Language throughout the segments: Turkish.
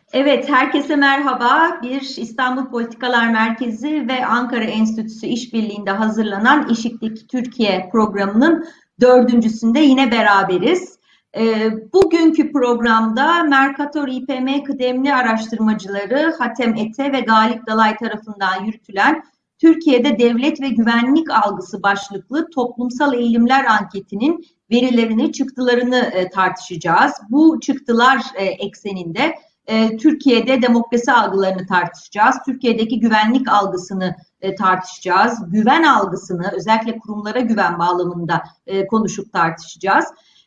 Evet, herkese merhaba. Bir İstanbul Politikalar Merkezi ve Ankara Enstitüsü işbirliğinde hazırlanan İşitlik Türkiye programının dördüncüsünde yine beraberiz. Bugünkü programda Mercator İPM kıdemli araştırmacıları Hatem Ete ve Galip Dalay tarafından yürütülen Türkiye'de devlet ve güvenlik algısı başlıklı toplumsal eğilimler anketinin verilerini, çıktılarını tartışacağız. Bu çıktılar ekseninde Türkiye'de demokrasi algılarını tartışacağız. Türkiye'deki güvenlik algısını tartışacağız. Güven algısını, özellikle kurumlara güven bağlamında konuşup tartışacağız.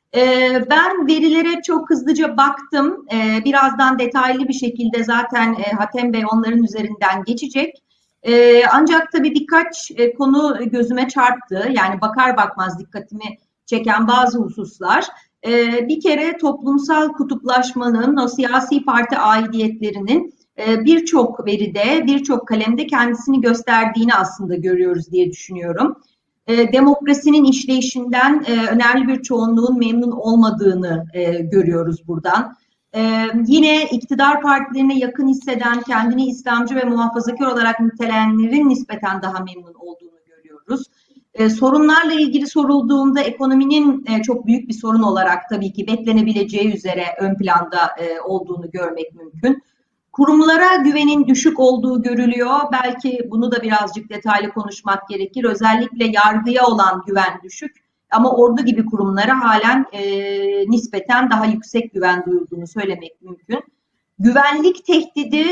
Ben verilere çok hızlıca baktım. Birazdan detaylı bir şekilde zaten Hatem Bey onların üzerinden geçecek. Ancak tabii birkaç konu gözüme çarptı. Yani bakar bakmaz dikkatimi çeken bazı hususlar. Bir kere toplumsal kutuplaşmanın, o siyasi parti aidiyetlerinin birçok veride, birçok kalemde kendisini gösterdiğini aslında görüyoruz diye düşünüyorum. Demokrasinin işleyişinden önemli bir çoğunluğun memnun olmadığını görüyoruz buradan. Yine iktidar partilerine yakın hisseden, kendini İslamcı ve muhafazakar olarak nitelenenlerin nispeten daha memnun olduğunu görüyoruz. Sorunlarla ilgili sorulduğunda ekonominin çok büyük bir sorun olarak tabii ki beklenebileceği üzere ön planda olduğunu görmek mümkün. Kurumlara güvenin düşük olduğu görülüyor. Belki bunu da birazcık detaylı konuşmak gerekir. Özellikle yargıya olan güven düşük. Ama ordu gibi kurumlara halen nispeten daha yüksek güven duyulduğunu söylemek mümkün. Güvenlik tehdidi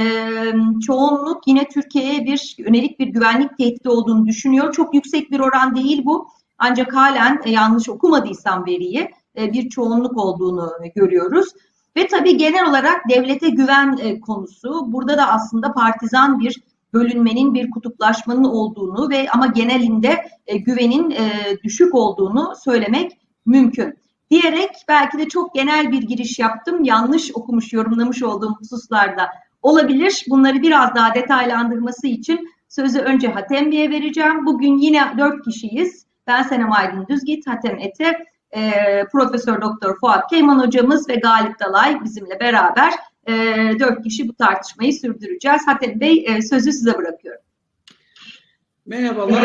çoğunluk yine Türkiye'ye yönelik bir güvenlik tehdidi olduğunu düşünüyor. Çok yüksek bir oran değil bu. Ancak halen yanlış okumadıysam veriyi bir çoğunluk olduğunu görüyoruz. Ve tabii genel olarak devlete güven konusu. Burada da aslında partizan bir bölünmenin, bir kutuplaşmanın olduğunu ve ama genelinde güvenin düşük olduğunu söylemek mümkün. Diyerek belki de çok genel bir giriş yaptım. Yanlış okumuş, yorumlamış olduğum hususlarda olabilir. Bunları biraz daha detaylandırması için sözü önce Hatem Bey'e vereceğim. Bugün yine 4 kişiyiz. Ben Senem Aydın Düzgit, Hatem Ete, Profesör Doktor Fuat Keyman hocamız ve Galip Dalay bizimle beraber 4 kişi bu tartışmayı sürdüreceğiz. Hatem Bey, sözü size bırakıyorum. Merhabalar.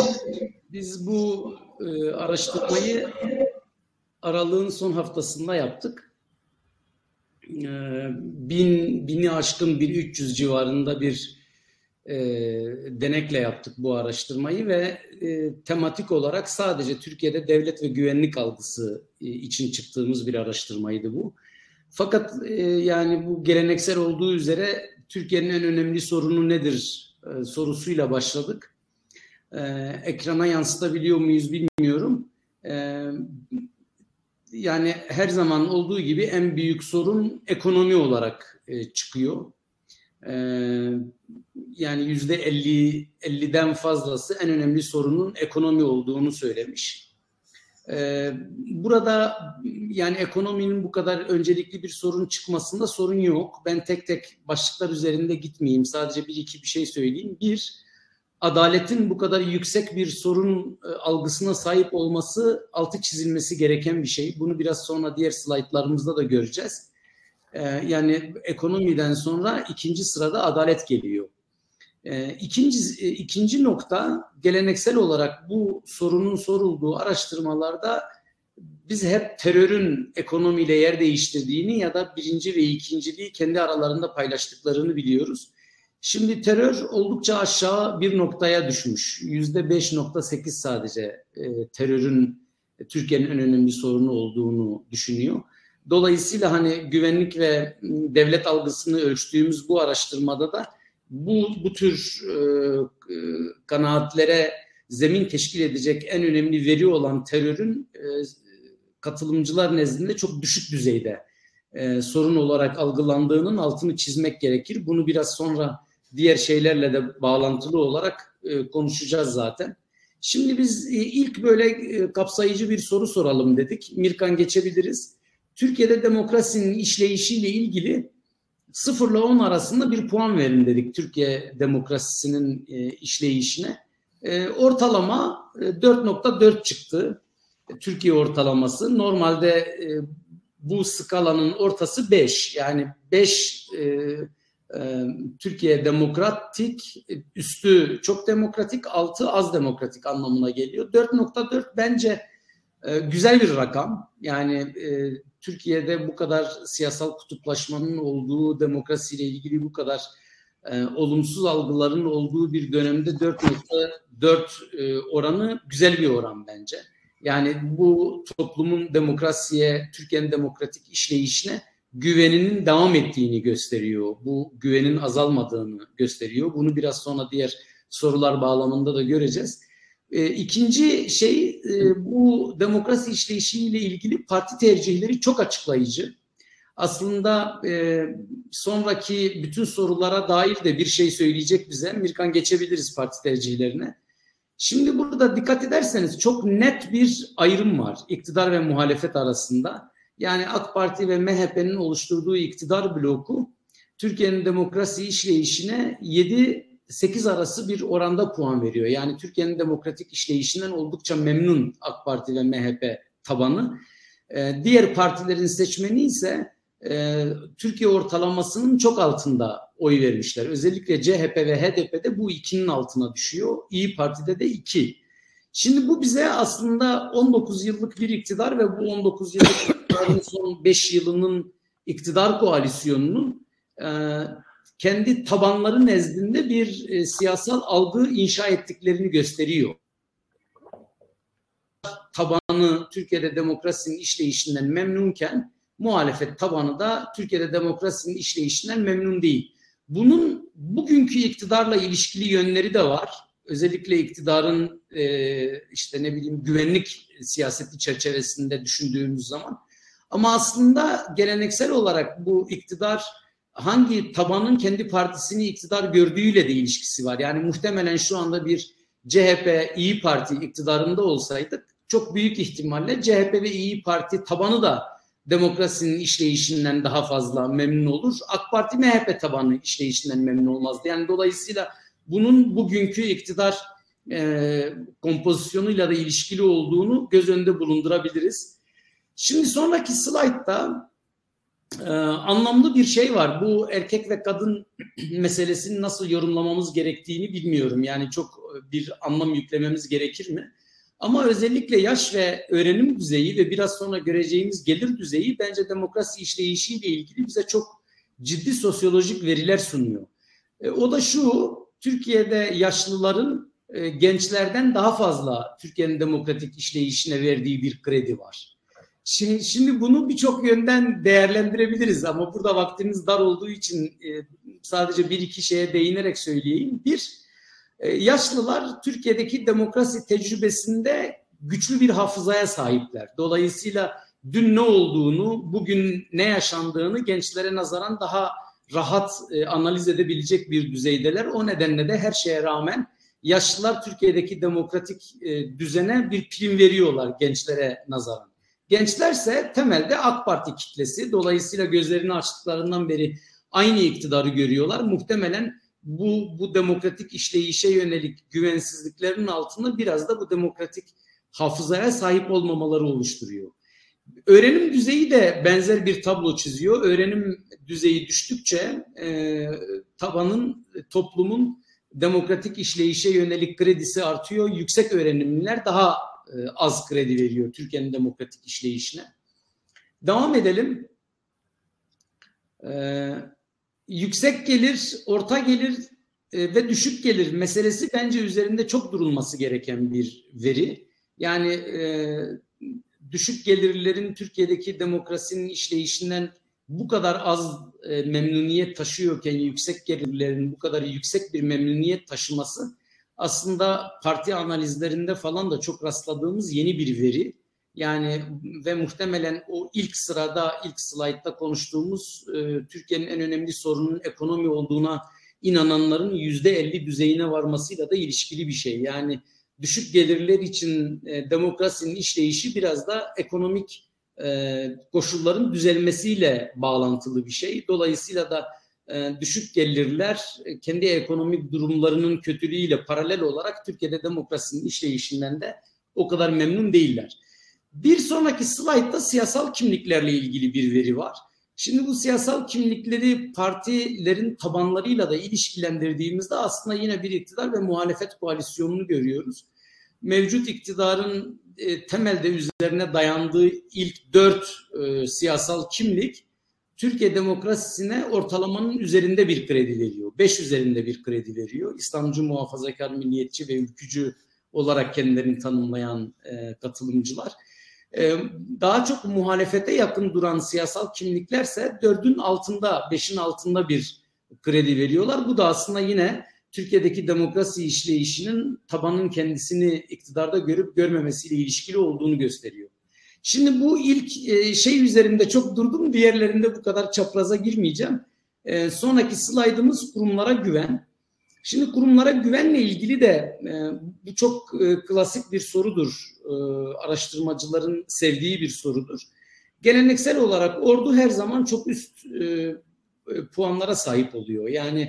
Biz bu araştırmayı aralığın son haftasında yaptık. Bini aşkın 1300 civarında bir denekle yaptık bu araştırmayı ve tematik olarak sadece Türkiye'de devlet ve güvenlik algısı için çıktığımız bir araştırmaydı bu. Fakat yani bu geleneksel olduğu üzere Türkiye'nin en önemli sorunu nedir sorusuyla başladık. Ekrana yansıtabiliyor muyuz bilmiyorum. Yani her zaman olduğu gibi en büyük sorun ekonomi olarak çıkıyor. Yani %50'den fazlası en önemli sorunun ekonomi olduğunu söylemiş. Burada yani ekonominin bu kadar öncelikli bir sorun çıkmasında sorun yok. Ben tek tek başlıklar üzerinde gitmeyeyim. Sadece bir şey söyleyeyim. Bir, adaletin bu kadar yüksek bir sorun algısına sahip olması altı çizilmesi gereken bir şey. Bunu biraz sonra diğer slaytlarımızda da göreceğiz. Yani ekonomiden sonra ikinci sırada adalet geliyor. İkinci nokta, geleneksel olarak bu sorunun sorulduğu araştırmalarda biz hep terörün ekonomiyle yer değiştirdiğini ya da birinci ve ikinciliği kendi aralarında paylaştıklarını biliyoruz. Şimdi terör oldukça aşağı bir noktaya düşmüş. %5.8 sadece terörün Türkiye'nin en önemli sorunu olduğunu düşünüyor. Dolayısıyla hani güvenlik ve devlet algısını ölçtüğümüz bu araştırmada da bu tür kanaatlere zemin teşkil edecek en önemli veri olan terörün katılımcılar nezdinde çok düşük düzeyde sorun olarak algılandığının altını çizmek gerekir. Bunu biraz sonra diğer şeylerle de bağlantılı olarak konuşacağız zaten. Şimdi biz ilk böyle kapsayıcı bir soru soralım dedik. Mirkan, geçebiliriz. Türkiye'de demokrasinin işleyişiyle ilgili 0 ile 10 arasında bir puan verin dedik Türkiye demokrasisinin işleyişine. Ortalama 4.4 çıktı. Türkiye ortalaması. Normalde bu skalanın ortası 5. Yani 5 Türkiye demokratik, üstü çok demokratik, altı az demokratik anlamına geliyor. 4.4 bence güzel bir rakam. Yani Türkiye'de bu kadar siyasal kutuplaşmanın olduğu, demokrasiyle ilgili bu kadar olumsuz algıların olduğu bir dönemde 4.4 oranı güzel bir oran bence. Yani bu toplumun demokrasiye, Türkiye'nin demokratik işleyişine güveninin devam ettiğini gösteriyor. Bu güvenin azalmadığını gösteriyor. Bunu biraz sonra diğer sorular bağlamında da göreceğiz. İkinci şey, bu demokrasi işleyişiyle ilgili parti tercihleri çok açıklayıcı. Aslında sonraki bütün sorulara dair de bir şey söyleyecek bize. Mirkan, geçebiliriz parti tercihlerine. Şimdi burada dikkat ederseniz çok net bir ayrım var iktidar ve muhalefet arasında. Yani AK Parti ve MHP'nin oluşturduğu iktidar bloku Türkiye'nin demokrasi işleyişine 7-8 arası bir oranda puan veriyor. Yani Türkiye'nin demokratik işleyişinden oldukça memnun AK Parti ve MHP tabanı. Diğer partilerin seçmeni ise Türkiye ortalamasının çok altında oy vermişler. Özellikle CHP ve HDP'de bu 2'nin altına düşüyor. İYİ Parti'de de 2. Şimdi bu bize aslında 19 yıllık bir iktidar ve bu 19 yıllık iktidarın son 5 yılının iktidar koalisyonunun kendi tabanları nezdinde bir siyasal algı inşa ettiklerini gösteriyor. Tabanı Türkiye'de demokrasinin işleyişinden memnunken muhalefet tabanı da Türkiye'de demokrasinin işleyişinden memnun değil. Bunun bugünkü iktidarla ilişkili yönleri de var. Özellikle iktidarın işte ne bileyim güvenlik siyaseti çerçevesinde düşündüğümüz zaman. Ama aslında geleneksel olarak bu iktidar hangi tabanın kendi partisini iktidar gördüğüyle de ilişkisi var. Yani muhtemelen şu anda bir CHP, İYİ Parti iktidarında olsaydık çok büyük ihtimalle CHP ve İYİ Parti tabanı da demokrasinin işleyişinden daha fazla memnun olur. AK Parti MHP tabanı işleyişinden memnun olmazdı. Yani dolayısıyla bunun bugünkü iktidar kompozisyonuyla da ilişkili olduğunu göz önünde bulundurabiliriz. Şimdi sonraki slaytta anlamlı bir şey var. Bu erkek ve kadın meselesini nasıl yorumlamamız gerektiğini bilmiyorum. Yani çok bir anlam yüklememiz gerekir mi? Ama özellikle yaş ve öğrenim düzeyi ve biraz sonra göreceğimiz gelir düzeyi bence demokrasi işleyişiyle ilgili bize çok ciddi sosyolojik veriler sunuyor. O da şu: Türkiye'de yaşlıların gençlerden daha fazla Türkiye'nin demokratik işleyişine verdiği bir kredi var. Şimdi bunu birçok yönden değerlendirebiliriz ama burada vaktimiz dar olduğu için sadece bir iki şeye değinerek söyleyeyim. Bir, yaşlılar Türkiye'deki demokrasi tecrübesinde güçlü bir hafızaya sahipler. Dolayısıyla dün ne olduğunu, bugün ne yaşandığını gençlere nazaran daha rahat analiz edebilecek bir düzeydeler. O nedenle de her şeye rağmen yaşlılar Türkiye'deki demokratik düzene bir prim veriyorlar gençlere nazaran. Gençlerse temelde AK Parti kitlesi. Dolayısıyla gözlerini açtıklarından beri aynı iktidarı görüyorlar. Muhtemelen bu demokratik işleyişe yönelik güvensizliklerin altında biraz da bu demokratik hafızaya sahip olmamaları oluşturuyor. Öğrenim düzeyi de benzer bir tablo çiziyor. Öğrenim düzeyi düştükçe toplumun demokratik işleyişe yönelik kredisi artıyor. Yüksek öğrenimliler daha az kredi veriyor Türkiye'nin demokratik işleyişine. Devam edelim. Yüksek gelir, orta gelir ve düşük gelir meselesi bence üzerinde çok durulması gereken bir veri. Yani düşük gelirlerin Türkiye'deki demokrasinin işleyişinden bu kadar az memnuniyet taşıyorken yüksek gelirlerin bu kadar yüksek bir memnuniyet taşıması aslında parti analizlerinde falan da çok rastladığımız yeni bir veri. Yani ve muhtemelen o ilk slaytta konuştuğumuz Türkiye'nin en önemli sorunun ekonomi olduğuna inananların %50 düzeyine varmasıyla da ilişkili bir şey. Yani düşük gelirler için demokrasinin işleyişi biraz da ekonomik koşulların düzelmesiyle bağlantılı bir şey. Dolayısıyla da düşük gelirler kendi ekonomik durumlarının kötülüğüyle paralel olarak Türkiye'de demokrasinin işleyişinden de o kadar memnun değiller. Bir sonraki slaytta siyasal kimliklerle ilgili bir veri var. Şimdi bu siyasal kimlikleri partilerin tabanlarıyla da ilişkilendirdiğimizde aslında yine bir iktidar ve muhalefet koalisyonunu görüyoruz. Mevcut iktidarın temelde üzerine dayandığı ilk 4 siyasal kimlik Türkiye demokrasisine ortalamanın üzerinde bir kredi veriyor. 5 üzerinde bir kredi veriyor. İslamcı, muhafazakar, milliyetçi ve ülkücü olarak kendilerini tanımlayan katılımcılar. Daha çok muhalefete yakın duran siyasal kimliklerse 4'ün altında, 5'in altında bir kredi veriyorlar. Bu da aslında yine Türkiye'deki demokrasi işleyişinin tabanın kendisini iktidarda görüp görmemesiyle ilişkili olduğunu gösteriyor. Şimdi bu ilk şey üzerinde çok durdum, diğerlerinde bu kadar çapraza girmeyeceğim. Sonraki slaydımız kurumlara güven. Şimdi kurumlara güvenle ilgili de bu çok klasik bir sorudur. Araştırmacıların sevdiği bir sorudur. Geleneksel olarak ordu her zaman çok üst puanlara sahip oluyor. Yani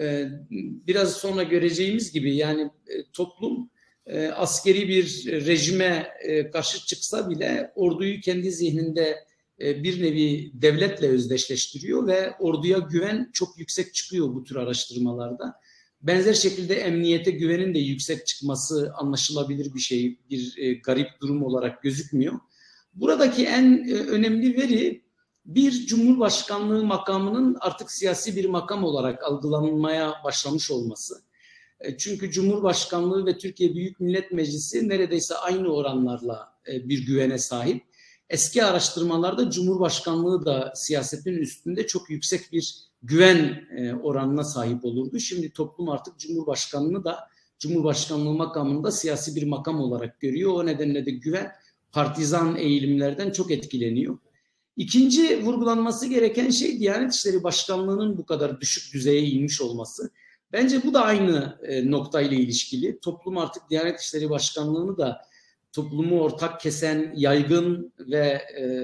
biraz sonra göreceğimiz gibi yani toplum askeri bir rejime karşı çıksa bile orduyu kendi zihninde bir nevi devletle özdeşleştiriyor ve orduya güven çok yüksek çıkıyor bu tür araştırmalarda. Benzer şekilde emniyete güvenin de yüksek çıkması anlaşılabilir bir şey, bir garip durum olarak gözükmüyor. Buradaki en önemli veri bir Cumhurbaşkanlığı makamının artık siyasi bir makam olarak algılanmaya başlamış olması. Çünkü Cumhurbaşkanlığı ve Türkiye Büyük Millet Meclisi neredeyse aynı oranlarla bir güvene sahip. Eski araştırmalarda Cumhurbaşkanlığı da siyasetin üstünde çok yüksek bir güven oranına sahip olurdu. Şimdi toplum artık Cumhurbaşkanlığı da Cumhurbaşkanlığı makamını da siyasi bir makam olarak görüyor. O nedenle de güven partizan eğilimlerden çok etkileniyor. İkinci vurgulanması gereken şey Diyanet İşleri Başkanlığı'nın bu kadar düşük düzeye inmiş olması. Bence bu da aynı noktayla ilişkili. Toplum artık Diyanet İşleri Başkanlığı'nı da toplumu ortak kesen yaygın ve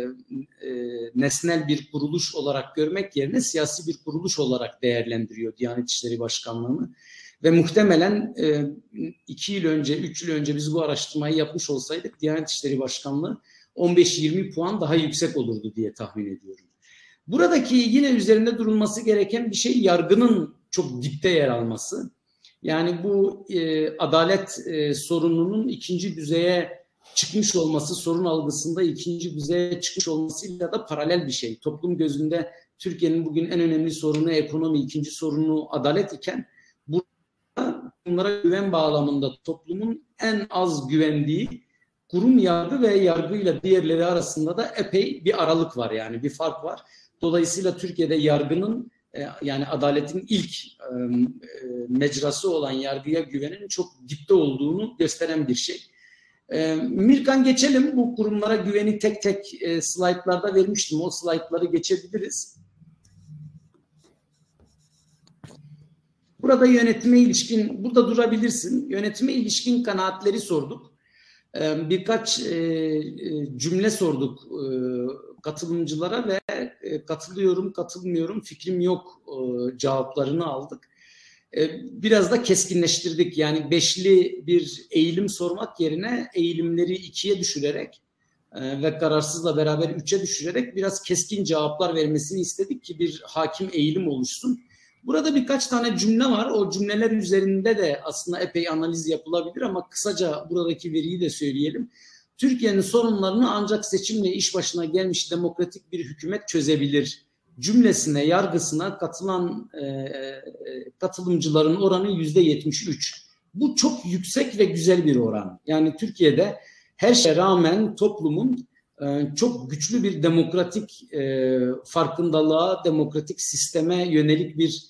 nesnel bir kuruluş olarak görmek yerine siyasi bir kuruluş olarak değerlendiriyor Diyanet İşleri Başkanlığı'nı. Ve muhtemelen 2 yıl önce, 3 yıl önce biz bu araştırmayı yapmış olsaydık Diyanet İşleri Başkanlığı 15-20 puan daha yüksek olurdu diye tahmin ediyorum. Buradaki yine üzerinde durulması gereken bir şey yargının çok dipte yer alması. Yani bu adalet sorununun ikinci düzeye çıkmış olması, sorun algısında ikinci düzeye çıkmış olmasıyla da paralel bir şey. Toplum gözünde Türkiye'nin bugün en önemli sorunu ekonomi, ikinci sorunu adalet iken bunlara güven bağlamında toplumun en az güvendiği kurum yargı ve yargıyla diğerleri arasında da epey bir aralık var, yani bir fark var. Dolayısıyla Türkiye'de yargının yani adaletin ilk mecrası olan yargıya güvenin çok dipte olduğunu gösteren bir şey. Mirkan geçelim. Bu kurumlara güveni tek tek slaytlarda vermiştim. O slaytları geçebiliriz. Burada yönetime ilişkin, burada durabilirsin. Yönetime ilişkin kanaatleri sorduk. Birkaç cümle sorduk katılımcılara ve katılıyorum, katılmıyorum, fikrim yok cevaplarını aldık. Biraz da keskinleştirdik. Yani beşli bir eğilim sormak yerine eğilimleri 2'ye düşürerek ve kararsızla beraber 3'e düşürerek biraz keskin cevaplar vermesini istedik ki bir hakim eğilim oluşsun. Burada birkaç tane cümle var. O cümleler üzerinde de aslında epey analiz yapılabilir ama kısaca buradaki veriyi de söyleyelim. Türkiye'nin sorunlarını ancak seçimle iş başına gelmiş demokratik bir hükümet çözebilir cümlesine, yargısına katılan katılımcıların oranı %73. Bu çok yüksek ve güzel bir oran. Yani Türkiye'de her şeye rağmen toplumun çok güçlü bir demokratik farkındalığa, demokratik sisteme yönelik bir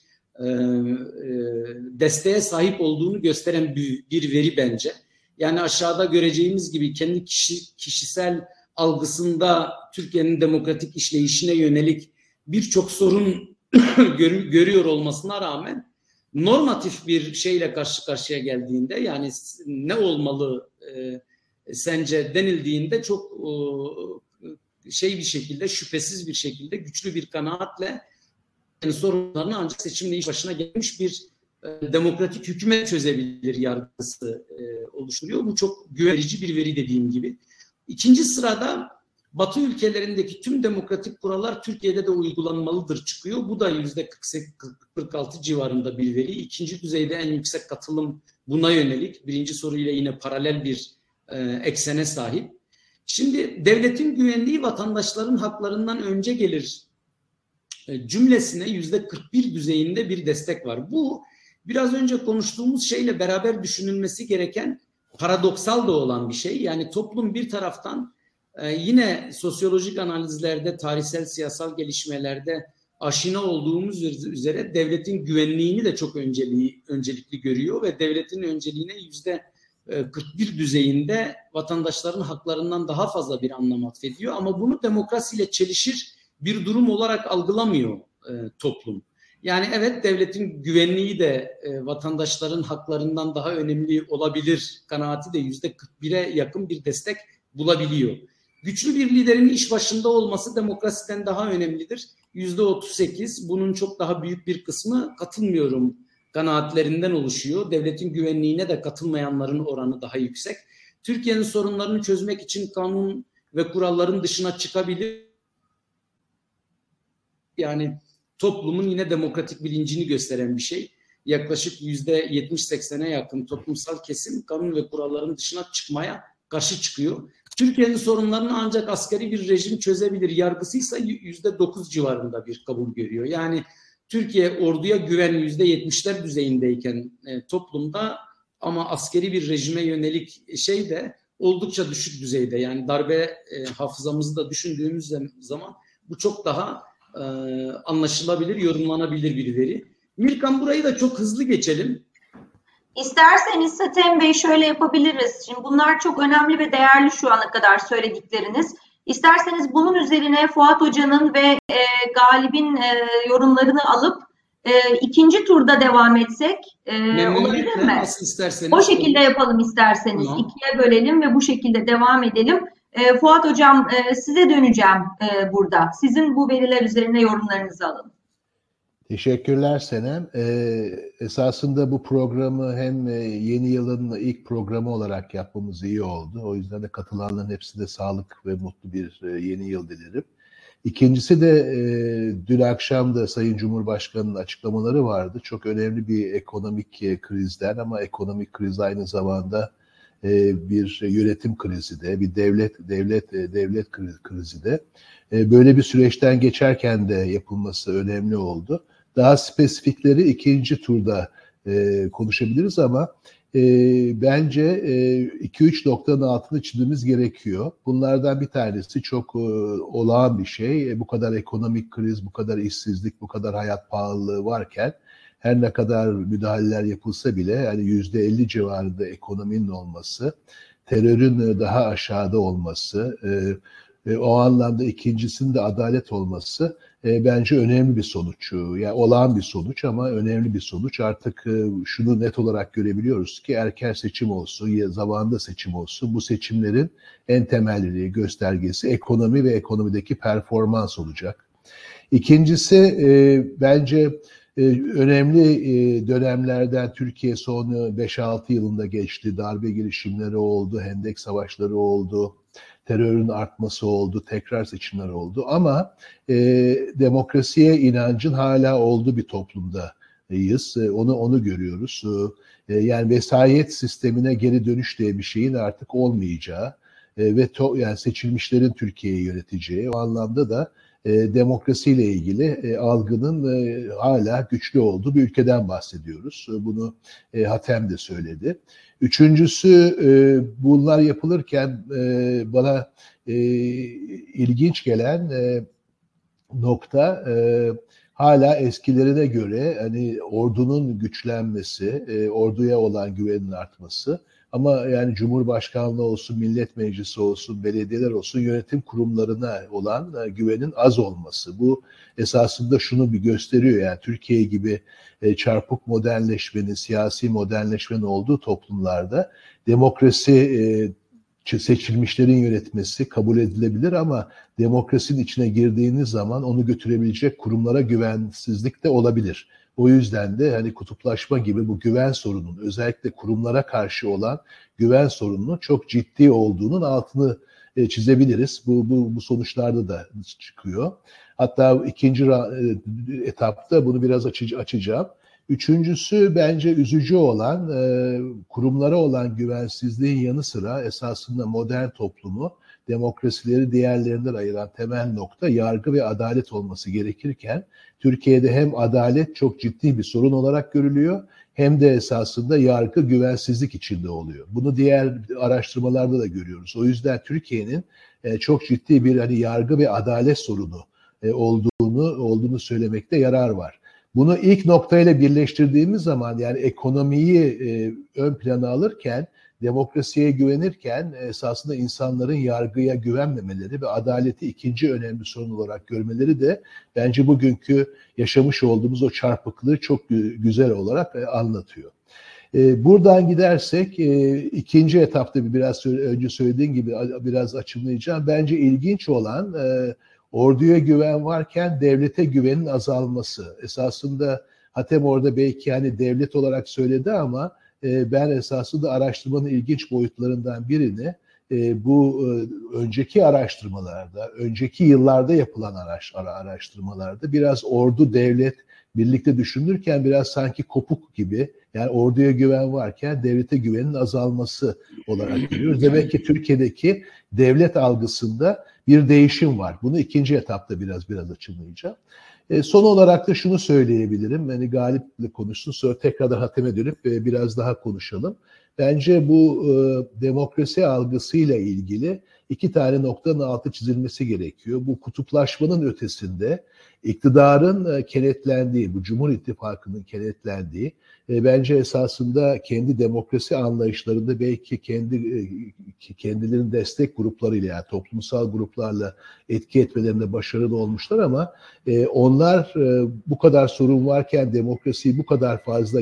desteğe sahip olduğunu gösteren bir veri bence. Yani aşağıda göreceğimiz gibi kendi kişisel algısında Türkiye'nin demokratik işleyişine yönelik birçok sorun görüyor olmasına rağmen normatif bir şeyle karşı karşıya geldiğinde, yani ne olmalı sence denildiğinde çok bir şekilde, şüphesiz bir şekilde, güçlü bir kanaatle yani sorunlarını ancak seçimle iş başına gelmiş bir demokratik hükümet çözebilir yargısı oluşturuyor. Bu çok güvenici bir veri dediğim gibi. İkinci sırada Batı ülkelerindeki tüm demokratik kurallar Türkiye'de de uygulanmalıdır çıkıyor. Bu da %46 civarında bir veri. İkinci düzeyde en yüksek katılım buna yönelik. Birinci soruyla yine paralel bir eksene sahip. Şimdi devletin güvenliği vatandaşların haklarından önce gelir cümlesine %41 düzeyinde bir destek var. Bu biraz önce konuştuğumuz şeyle beraber düşünülmesi gereken paradoksal da olan bir şey. Yani toplum bir taraftan yine sosyolojik analizlerde, tarihsel siyasal gelişmelerde aşina olduğumuz üzere devletin güvenliğini de çok öncelikli görüyor ve devletin önceliğine %41 düzeyinde vatandaşların haklarından daha fazla bir anlam atfediyor. Ama bunu demokrasiyle çelişir bir durum olarak algılamıyor toplum. Yani evet, devletin güvenliği de vatandaşların haklarından daha önemli olabilir kanaati de %41'e yakın bir destek bulabiliyor. Güçlü bir liderin iş başında olması demokrasiden daha önemlidir. %38, bunun çok daha büyük bir kısmı katılmıyorum kanaatlerinden oluşuyor. Devletin güvenliğine de katılmayanların oranı daha yüksek. Türkiye'nin sorunlarını çözmek için kanun ve kuralların dışına çıkabilir. Yani toplumun yine demokratik bilincini gösteren bir şey. Yaklaşık %70-80'e yakın toplumsal kesim kanun ve kuralların dışına çıkmaya karşı çıkıyor. Türkiye'nin sorunlarını ancak askeri bir rejim çözebilir yargısıysa %9 civarında bir kabul görüyor. Yani Türkiye orduya güven %70'ler düzeyindeyken toplumda, ama askeri bir rejime yönelik şey de oldukça düşük düzeyde. Yani darbe hafızamızı da düşündüğümüz zaman bu çok daha anlaşılabilir, yorumlanabilir bir veri. Mirkan, burayı da çok hızlı geçelim. İsterseniz Satın Bey şöyle yapabiliriz. Şimdi bunlar çok önemli ve değerli şu ana kadar söyledikleriniz. İsterseniz bunun üzerine Fuat Hoca'nın ve Galip'in yorumlarını alıp ikinci turda devam etsek olabilir mi? Nasıl isterseniz. O şekilde yapalım isterseniz. Tamam. İkiye bölelim ve bu şekilde devam edelim. Fuat Hocam, size döneceğim burada. Sizin bu veriler üzerine yorumlarınızı alalım. Teşekkürler Senem. Esasında bu programı hem yeni yılın ilk programı olarak yapmamız iyi oldu. O yüzden de katılanların hepsine sağlık ve mutlu bir yeni yıl dilerim. İkincisi de dün akşam da Sayın Cumhurbaşkanı'nın açıklamaları vardı. Çok önemli bir ekonomik krizden, ama ekonomik kriz aynı zamanda bir yönetim krizi de, bir devlet krizi de. Böyle bir süreçten geçerken de yapılması önemli oldu. Daha spesifikleri ikinci turda konuşabiliriz, ama bence 2-3 noktanın altını çizmemiz gerekiyor. Bunlardan bir tanesi çok olağan bir şey. Bu kadar ekonomik kriz, bu kadar işsizlik, bu kadar hayat pahalılığı varken her ne kadar müdahaleler yapılsa bile yani %50 civarında ekonominin olması, terörün daha aşağıda olması, o anlamda ikincisinin de adalet olması bence önemli bir sonuç. Yani olağan bir sonuç ama önemli bir sonuç. Artık şunu net olarak görebiliyoruz ki erken seçim olsun ya zamanında seçim olsun, bu seçimlerin en temel göstergesi ekonomi ve ekonomideki performans olacak. İkincisi bence önemli dönemlerden Türkiye son 5-6 yılında geçti. Darbe girişimleri oldu, hendek savaşları oldu, terörün artması oldu, tekrar seçimler oldu. Ama demokrasiye inancın hala olduğu bir toplumdayız. Onu görüyoruz. Yani vesayet sistemine geri dönüş diye bir şeyin artık olmayacağı ve yani seçilmişlerin Türkiye'yi yöneteceği, o anlamda da demokrasiyle ilgili algının hala güçlü olduğu bir ülkeden bahsediyoruz. Bunu Hatem de söyledi. Üçüncüsü, bunlar yapılırken bana ilginç gelen nokta hala eskilerine göre hani ordunun güçlenmesi, orduya olan güvenin artması. Ama yani Cumhurbaşkanlığı olsun, Millet Meclisi olsun, belediyeler olsun yönetim kurumlarına olan güvenin az olması. Bu esasında şunu bir gösteriyor, yani Türkiye gibi çarpık modernleşmenin, siyasi modernleşmenin olduğu toplumlarda demokrasi, seçilmişlerin yönetmesi kabul edilebilir, ama demokrasinin içine girdiğiniz zaman onu götürebilecek kurumlara güvensizlik de olabilir. O yüzden de hani kutuplaşma gibi bu güven sorununun, özellikle kurumlara karşı olan güven sorununun çok ciddi olduğunun altını çizebiliriz. Bu sonuçlarda da çıkıyor. Hatta ikinci etapta bunu biraz açacağım. Üçüncüsü bence üzücü olan kurumlara olan güvensizliğin yanı sıra esasında modern toplumu, demokrasileri diğerlerinden ayıran temel nokta yargı ve adalet olması gerekirken Türkiye'de hem adalet çok ciddi bir sorun olarak görülüyor hem de esasında yargı güvensizlik içinde oluyor. Bunu diğer araştırmalarda da görüyoruz. O yüzden Türkiye'nin çok ciddi bir yargı ve adalet sorunu olduğunu söylemekte yarar var. Bunu ilk noktayla birleştirdiğimiz zaman yani ekonomiyi ön plana alırken, demokrasiye güvenirken esasında insanların yargıya güvenmemeleri ve adaleti ikinci önemli sorun olarak görmeleri de bence bugünkü yaşamış olduğumuz o çarpıklığı çok güzel olarak anlatıyor. Buradan gidersek ikinci etapta biraz önce söylediğim gibi biraz açımlayacağım. Bence ilginç olan orduya güven varken devlete güvenin azalması. Esasında Hatem orada belki devlet olarak söyledi ama ben esasında araştırmanın ilginç boyutlarından birini bu önceki araştırmalarda, önceki yıllarda yapılan araştırmalarda biraz ordu, devlet birlikte düşünürken biraz sanki kopuk gibi, yani orduya güven varken devlete güvenin azalması olarak görüyoruz. Demek ki Türkiye'deki devlet algısında bir değişim var. Bunu ikinci etapta biraz açıklayacağım. Son olarak da şunu söyleyebilirim. Galip'le konuşsun, sonra tekrardan Hatem'e dönüp biraz daha konuşalım. Bence bu demokrasi algısıyla ilgili iki tane noktanın altı çizilmesi gerekiyor. Bu kutuplaşmanın ötesinde iktidarın kenetlendiği, bu Cumhur İttifakı'nın kenetlendiği, bence esasında kendi demokrasi anlayışlarında belki kendilerinin destek gruplarıyla, yani toplumsal gruplarla etki etmelerinde başarılı olmuşlar ama onlar bu kadar sorun varken demokrasiyi bu kadar fazla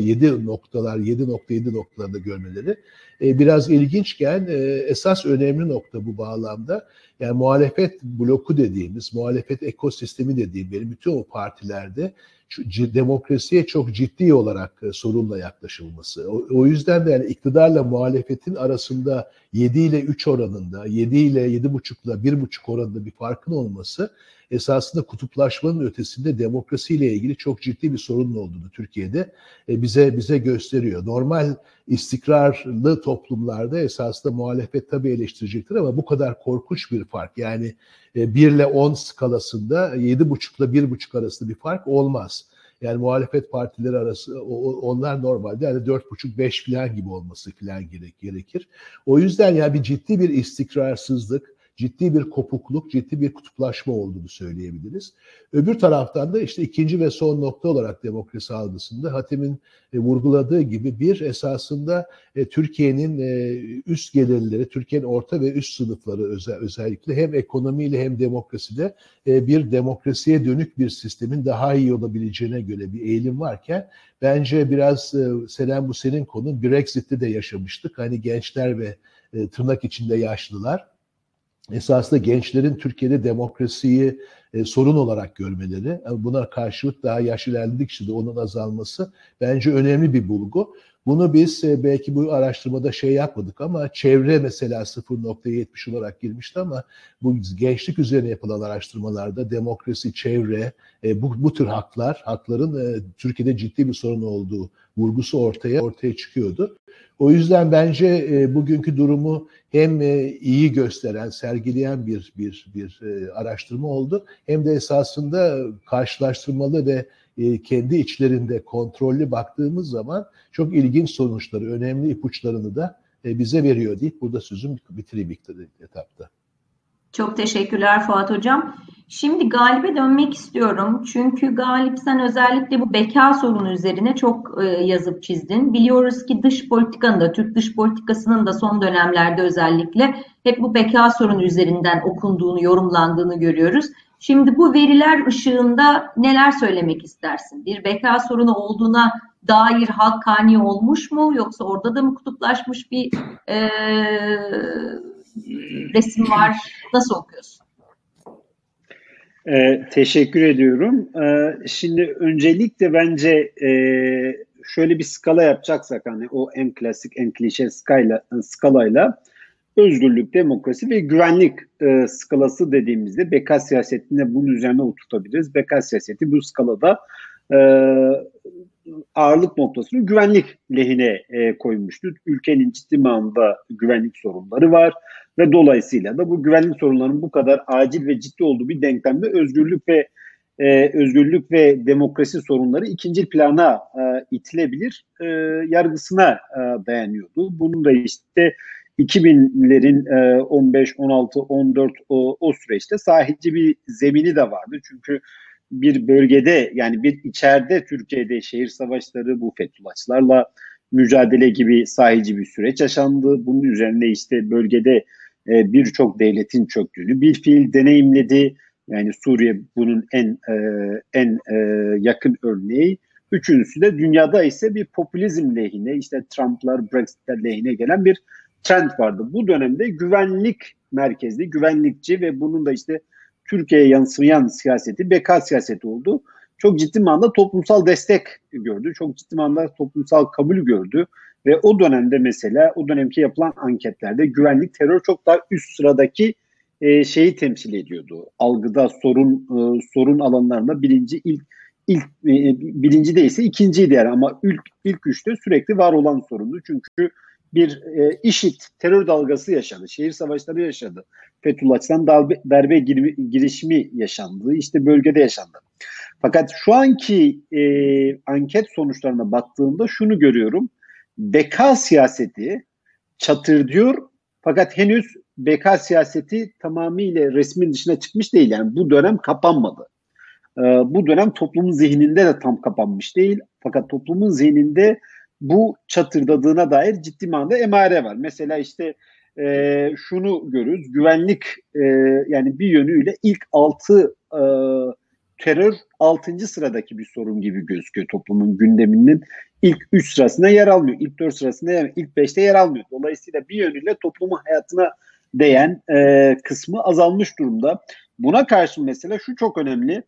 7.7 noktalarda görmeleri biraz ilginçken esas önemli nokta bu bağlamda, yani muhalefet bloku dediğimiz, muhalefet ekosistemi dediğim benim bütün o partilerde demokrasiye çok ciddi olarak sorunla yaklaşılması. O yüzden de iktidarla muhalefetin arasında 7 ile 3 oranında, 7 ile 7,5 ile 1,5 oranında bir farkın olması esasında kutuplaşmanın ötesinde demokrasiyle ilgili çok ciddi bir sorunun olduğunu Türkiye'de bize gösteriyor. Normal istikrarlı toplumlarda esasında muhalefet tabii eleştirecektir ama bu kadar korkunç bir fark, yani 1 ile 10 skalasında 7,5 ile 1,5 arasında bir fark olmaz. Yani muhalefet partileri arası onlar normalde 4,5-5 falan gibi olması falan gerekir. O yüzden yani bir ciddi bir istikrarsızlık, ciddi bir kopukluk, ciddi bir kutuplaşma olduğunu söyleyebiliriz. Öbür taraftan da işte ikinci ve son nokta olarak demokrasi algısında Hatem'in vurguladığı gibi bir esasında Türkiye'nin üst gelirleri, Türkiye'nin orta ve üst sınıfları özellikle hem ekonomiyle hem demokraside bir demokrasiye dönük bir sistemin daha iyi olabileceğine göre bir eğilim varken bence biraz Selen, bu senin konun, Brexit'te de yaşamıştık. Hani gençler ve tırnak içinde yaşlılar, esasında gençlerin Türkiye'de demokrasiyi sorun olarak görmeleri, buna karşılık daha yaş ilerledikçe de onun azalması bence önemli bir bulgu. Bunu biz belki bu araştırmada yapmadık ama çevre mesela 0,70 olarak girmişti ama bu gençlik üzerine yapılan araştırmalarda demokrasi, çevre, bu tür hakların Türkiye'de ciddi bir sorun olduğu vurgusu ortaya çıkıyordu. O yüzden bence bugünkü durumu hem iyi gösteren, sergileyen bir araştırma oldu, hem de esasında karşılaştırmalı ve kendi içlerinde kontrollü baktığımız zaman çok ilginç sonuçları, önemli ipuçlarını da bize veriyor deyip burada sözümü bitireyim ilk etapta. Çok teşekkürler Fuat Hocam. Şimdi Galip'e dönmek istiyorum. Çünkü Galip, sen özellikle bu beka sorunu üzerine çok yazıp çizdin. Biliyoruz ki dış politikanın da, Türk dış politikasının da son dönemlerde özellikle hep bu beka sorunu üzerinden okunduğunu, yorumlandığını görüyoruz. Şimdi bu veriler ışığında neler söylemek istersin? Bir beka sorunu olduğuna dair hakkani olmuş mu? Yoksa orada da mı kutuplaşmış bir resim var? Nasıl okuyorsun? Teşekkür ediyorum. Şimdi öncelikle bence şöyle bir skala yapacaksak, hani o en klasik, en klişe skalayla özgürlük, demokrasi ve güvenlik skalası dediğimizde beka siyasetinde bunun üzerine oturtabiliriz. Beka siyaseti bu skalada ağırlık noktasını güvenlik lehine koymuştur. Ülkenin ciddi manada güvenlik sorunları var ve dolayısıyla da bu güvenlik sorunlarının bu kadar acil ve ciddi olduğu bir denklemde özgürlük ve demokrasi sorunları ikinci plana itilebilir yargısına dayanıyordu. Bunun da işte 2000'lerin 15, 16, 14 o süreçte sahici bir zemini de vardı. Çünkü bir bölgede yani bir içeride Türkiye'de şehir savaşları, bu Fethullahçılarla mücadele gibi sahici bir süreç yaşandı. Bunun üzerine işte bölgede birçok devletin çöktüğünü bir fiil deneyimledi. Yani Suriye bunun en yakın örneği. Üçüncüsü de dünyada ise bir popülizm lehine, işte Trump'lar, Brexit'ler lehine gelen bir trend vardı. Bu dönemde güvenlik merkezli, güvenlikçi ve bunun da işte Türkiye'ye yansıyan siyaseti, beka siyaseti oldu. Çok ciddi manada toplumsal destek gördü. Çok ciddi manada toplumsal kabul gördü. Ve o dönemde mesela o dönemki yapılan anketlerde güvenlik, terör çok daha üst sıradaki şeyi temsil ediyordu. Algıda sorun alanlarında birinci değilse ikinciydi yani, ama ilk üçte sürekli var olan sorundu. Çünkü bir IŞİD terör dalgası yaşadı. Şehir savaşları yaşadı. Fethullahçıların darbe girişimi yaşandı. İşte bölgede yaşandı. Fakat şu anki anket sonuçlarına baktığımda şunu görüyorum. Beka siyaseti çatırdıyor fakat henüz beka siyaseti tamamıyla resmin dışına çıkmış değil. Yani bu dönem kapanmadı. Bu dönem toplumun zihninde de tam kapanmış değil. Fakat toplumun zihninde bu çatırdadığına dair ciddi manada emare var. Mesela işte şunu görürüz. Güvenlik yani bir yönüyle ilk 6 terör 6. sıradaki bir sorun gibi gözüküyor toplumun gündeminin. İlk 3 sırasında yer almıyor. İlk 4 sırasında yer almıyor. İlk 5'te yer almıyor. Dolayısıyla bir yönüyle toplumun hayatına değen kısmı azalmış durumda. Buna karşın mesela şu çok önemli.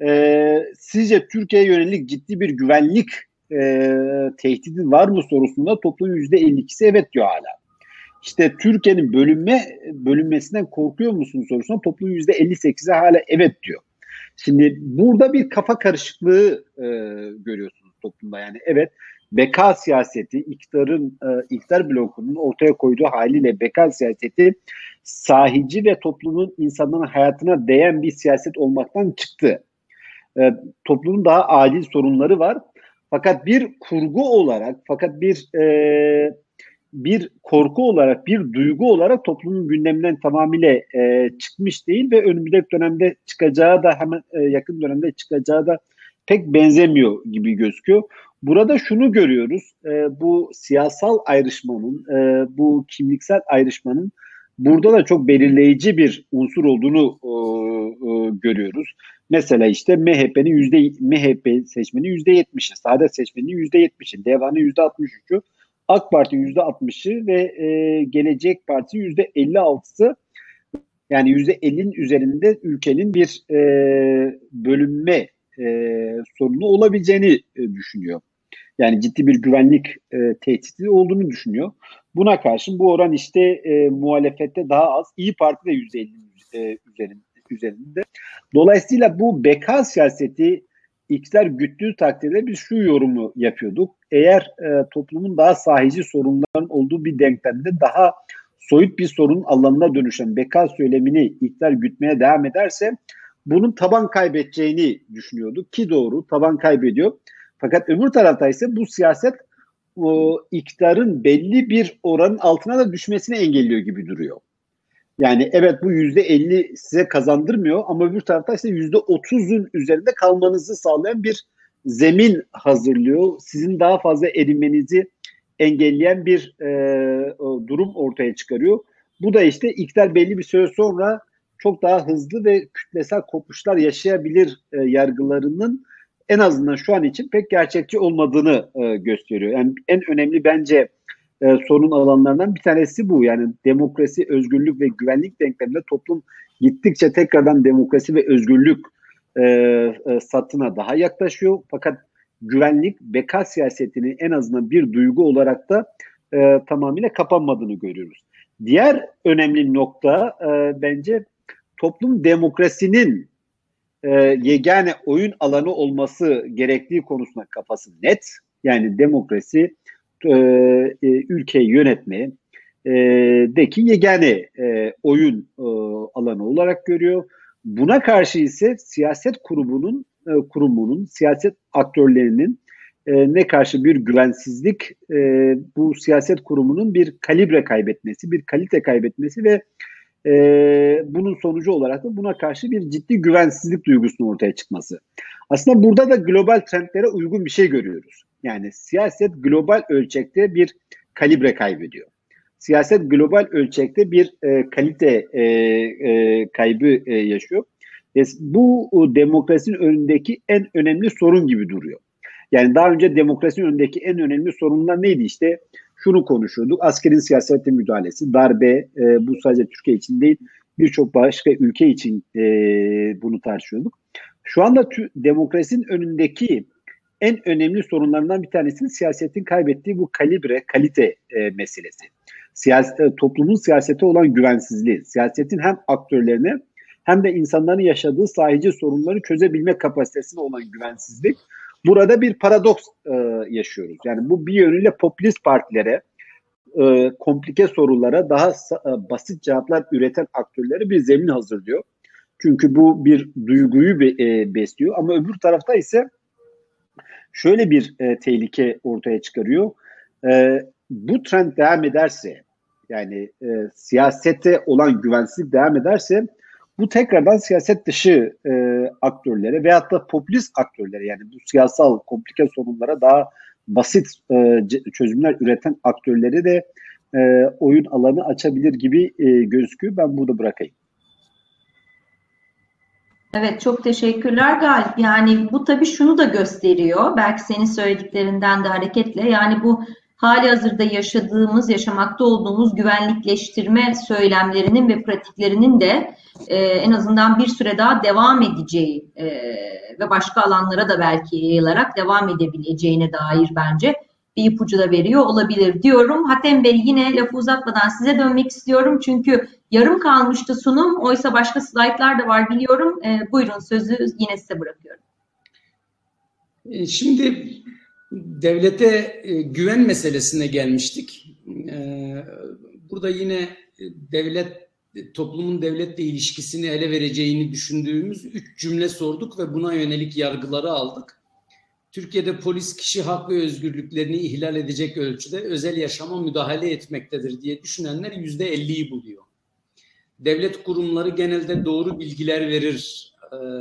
Sizce Türkiye'ye yönelik ciddi bir güvenlik tehdidi var mı sorusunda toplumun %52'si evet diyor hala. İşte Türkiye'nin bölünmesinden korkuyor musun sorusuna toplumun %58'i hala evet diyor. Şimdi burada bir kafa karışıklığı görüyorsunuz toplumda. Yani evet, beka siyaseti, iktidar blokunun ortaya koyduğu haliyle beka siyaseti sahici ve toplumun insanların hayatına değen bir siyaset olmaktan çıktı. Toplumun daha adil sorunları var. Fakat bir kurgu olarak, bir korku olarak, bir duygu olarak toplumun gündeminden tamamıyla çıkmış değil ve önümüzdeki dönemde çıkacağı da hemen yakın dönemde çıkacağı da pek benzemiyor gibi gözüküyor. Burada şunu görüyoruz, bu siyasal ayrışmanın, bu kimliksel ayrışmanın burada da çok belirleyici bir unsur olduğunu görüyoruz. Mesela işte MHP seçmeni %70'i, Saadet seçmeninin %70'i, DEVA'nın %63'ü, AK Parti %60'ı ve Gelecek Parti %56'sı, yani %50'nin üzerinde ülkenin bir bölünme sorunu olabileceğini düşünüyor. Yani ciddi bir güvenlik tehdidi olduğunu düşünüyor. Buna karşın bu oran işte muhalefette daha az. İyi Parti de %50'nin üzerinde. Dolayısıyla bu beka siyaseti iktidar güttüğü takdirde biz şu yorumu yapıyorduk. Eğer toplumun daha sahici sorunların olduğu bir denklemde daha soyut bir sorun alanına dönüşen beka söylemini iktidar gütmeye devam ederse bunun taban kaybedeceğini düşünüyorduk ki doğru, taban kaybediyor. Fakat öbür tarafta ise bu siyaset iktidarın belli bir oranın altına da düşmesini engelliyor gibi duruyor. Yani evet, bu %50 size kazandırmıyor ama öbür tarafta ise %30'un üzerinde kalmanızı sağlayan bir zemin hazırlıyor. Sizin daha fazla erinmenizi engelleyen bir durum ortaya çıkarıyor. Bu da işte iktidar belli bir süre sonra çok daha hızlı ve kütlesel kopuşlar yaşayabilir yargılarının en azından şu an için pek gerçekçi olmadığını gösteriyor. Yani en önemli bence sorun alanlarından bir tanesi bu. Yani demokrasi, özgürlük ve güvenlik denkleminde toplum gittikçe tekrardan demokrasi ve özgürlük satına daha yaklaşıyor. Fakat güvenlik, beka siyasetini en azından bir duygu olarak da tamamıyla kapanmadığını görüyoruz. Diğer önemli nokta bence toplum demokrasinin yegane oyun alanı olması gerektiği konusunda kafası net. Yani demokrasi ülkeyi yönetmeye deki yegane oyun alanı olarak görüyor. Buna karşı ise siyaset kurumunun, siyaset aktörlerinin ne karşı bir güvensizlik, bu siyaset kurumunun bir kalibre kaybetmesi, bir kalite kaybetmesi ve bunun sonucu olarak da buna karşı bir ciddi güvensizlik duygusunun ortaya çıkması. Aslında burada da global trendlere uygun bir şey görüyoruz. Yani siyaset global ölçekte bir kalibre kaybediyor. Siyaset global ölçekte bir kalite kaybı yaşıyor. Bu demokrasinin önündeki en önemli sorun gibi duruyor. Yani daha önce demokrasinin önündeki en önemli sorunlar neydi? İşte şunu konuşuyorduk. Askerin siyasete müdahalesi, darbe, bu sadece Türkiye için değil, birçok başka ülke için bunu tartışıyorduk. Şu anda demokrasinin önündeki en önemli sorunlarından bir tanesi siyasetin kaybettiği bu kalibre, kalite meselesi. Toplumun siyasete olan güvensizliği, siyasetin hem aktörlerine hem de insanların yaşadığı sahici sorunları çözebilme kapasitesine olan güvensizlik. Burada bir paradoks yaşıyoruz. Yani bu bir yönüyle popülist partilere, komplike sorulara daha basit cevaplar üreten aktörlere bir zemin hazırlıyor. Çünkü bu bir duyguyu besliyor. Ama öbür tarafta ise şöyle bir tehlike ortaya çıkarıyor. Bu trend devam ederse, yani siyasete olan güvensizlik devam ederse, bu tekrardan siyaset dışı aktörlere veyahut da popülist aktörlere, yani bu siyasal komplike sorunlara daha basit çözümler üreten aktörleri de oyun alanı açabilir gibi gözüküyor. Ben burada bırakayım. Evet, çok teşekkürler Galip. Yani bu tabii şunu da gösteriyor. Belki senin söylediklerinden de hareketle. Yani bu halihazırda yaşamakta olduğumuz güvenlikleştirme söylemlerinin ve pratiklerinin de en azından bir süre daha devam edeceği ve başka alanlara da belki yayılarak devam edebileceğine dair bence bir ipucu da veriyor olabilir diyorum. Hatem Bey, yine lafı uzatmadan size dönmek istiyorum. Çünkü yarım kalmıştı sunum. Oysa başka slaytlar da var biliyorum. Buyurun, sözü yine size bırakıyorum. Şimdi devlete güven meselesine gelmiştik. Burada yine toplumun devletle ilişkisini ele vereceğini düşündüğümüz 3 cümle sorduk ve buna yönelik yargıları aldık. Türkiye'de polis kişi hak ve özgürlüklerini ihlal edecek ölçüde özel yaşama müdahale etmektedir diye düşünenler %50'yi buluyor. Devlet kurumları genelde doğru bilgiler verir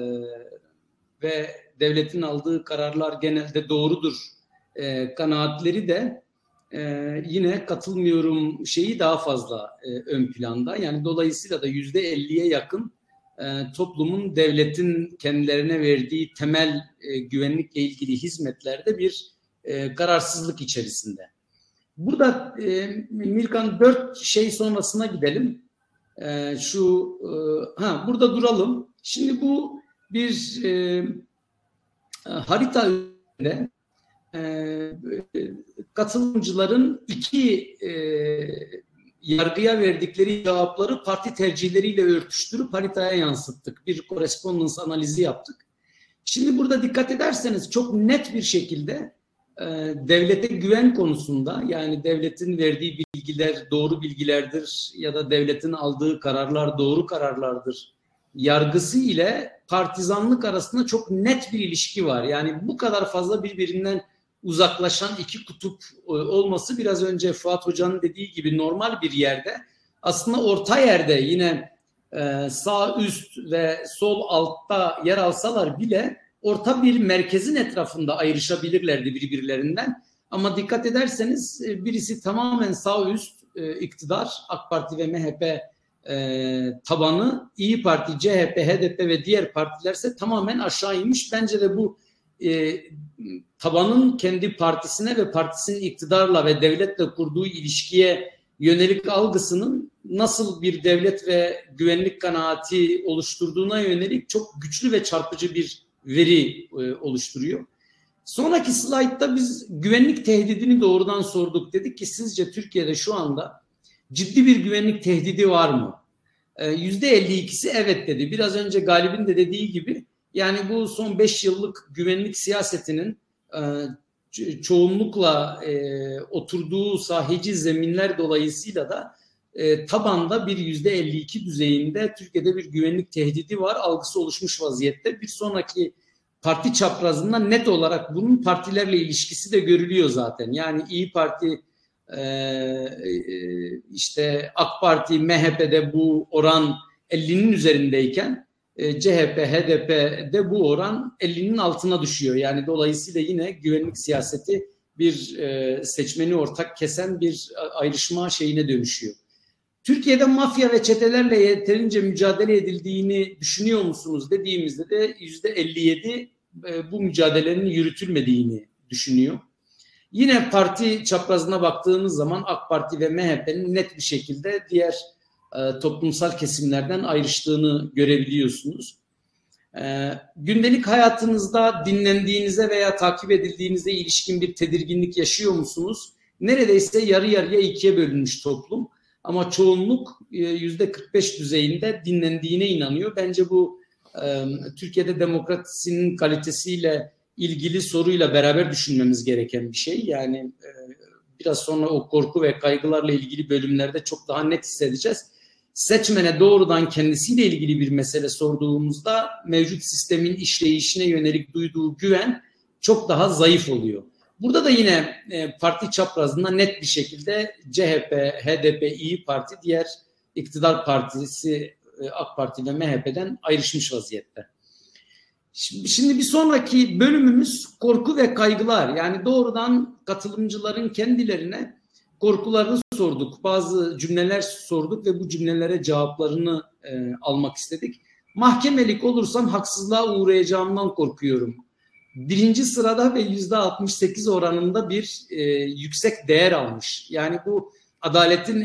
ve devletin aldığı kararlar genelde doğrudur kanaatleri de yine katılmıyorum şeyi daha fazla ön planda. Yani dolayısıyla da %50'ye yakın toplumun devletin kendilerine verdiği temel güvenlikle ilgili hizmetlerde bir kararsızlık içerisinde. Burada Mirkan 4 şey sonrasına gidelim. Burada duralım. Şimdi bu bir harita üzerinde katılımcıların iki yargıya verdikleri cevapları parti tercihleriyle örtüştürüp haritaya yansıttık. Bir korespondans analizi yaptık. Şimdi burada dikkat ederseniz çok net bir şekilde devlete güven konusunda, yani devletin verdiği bilgiler doğru bilgilerdir ya da devletin aldığı kararlar doğru kararlardır yargısı ile partizanlık arasında çok net bir ilişki var. Yani bu kadar fazla birbirinden uzaklaşan iki kutup olması biraz önce Fuat Hoca'nın dediği gibi normal bir yerde, aslında orta yerde yine sağ üst ve sol altta yer alsalar bile orta bir merkezin etrafında ayrışabilirlerdi birbirlerinden. Ama dikkat ederseniz birisi tamamen sağ üst iktidar, AK Parti ve MHP tabanı, İyi Parti, CHP, HDP ve diğer partilerse tamamen aşağı inmiş. Bence de bu tabanın kendi partisine ve partisinin iktidarla ve devletle kurduğu ilişkiye yönelik algısının nasıl bir devlet ve güvenlik kanaati oluşturduğuna yönelik çok güçlü ve çarpıcı bir veri oluşturuyor. Sonraki slaytta biz güvenlik tehdidini doğrudan sorduk. Dedik ki sizce Türkiye'de şu anda ciddi bir güvenlik tehdidi var mı? %52'si evet dedi. Biraz önce Galip'in de dediği gibi yani bu son 5 yıllık güvenlik siyasetinin çoğunlukla oturduğu sahici zeminler dolayısıyla da tabanda bir %52 düzeyinde Türkiye'de bir güvenlik tehdidi var. Algısı oluşmuş vaziyette. Bir sonraki parti çaprazında net olarak bunun partilerle ilişkisi de görülüyor zaten. Yani İYİ Parti, işte AK Parti, MHP'de bu oran 50'nin üzerindeyken CHP, HDP'de bu oran 50'nin altına düşüyor. Yani dolayısıyla yine güvenlik siyaseti bir seçmeni ortak kesen bir ayrışma şeyine dönüşüyor. Türkiye'de mafya ve çetelerle yeterince mücadele edildiğini düşünüyor musunuz dediğimizde de %57 bu mücadelenin yürütülmediğini düşünüyor. Yine parti çaprazına baktığımız zaman AK Parti ve MHP'nin net bir şekilde diğer toplumsal kesimlerden ayrıştığını görebiliyorsunuz. Gündelik hayatınızda dinlendiğinize veya takip edildiğinize ilişkin bir tedirginlik yaşıyor musunuz? Neredeyse yarı yarıya ikiye bölünmüş toplum. Ama çoğunluk %45 düzeyinde dinlendiğine inanıyor. Bence bu Türkiye'de demokrasinin kalitesiyle ilgili soruyla beraber düşünmemiz gereken bir şey. Yani biraz sonra o korku ve kaygılarla ilgili bölümlerde çok daha net hissedeceğiz. Seçmene doğrudan kendisiyle ilgili bir mesele sorduğumuzda mevcut sistemin işleyişine yönelik duyduğu güven çok daha zayıf oluyor. Burada da yine parti çaprazında net bir şekilde CHP, HDP, İYİ Parti, diğer iktidar partisi AK Parti ve MHP'den ayrışmış vaziyette. Şimdi bir sonraki bölümümüz korku ve kaygılar. Yani doğrudan katılımcıların kendilerine korkularını sorduk. Bazı cümleler sorduk ve bu cümlelere cevaplarını almak istedik. Mahkemelik olursam haksızlığa uğrayacağımdan korkuyorum. Birinci sırada ve %68 oranında bir yüksek değer almış. Yani bu adaletin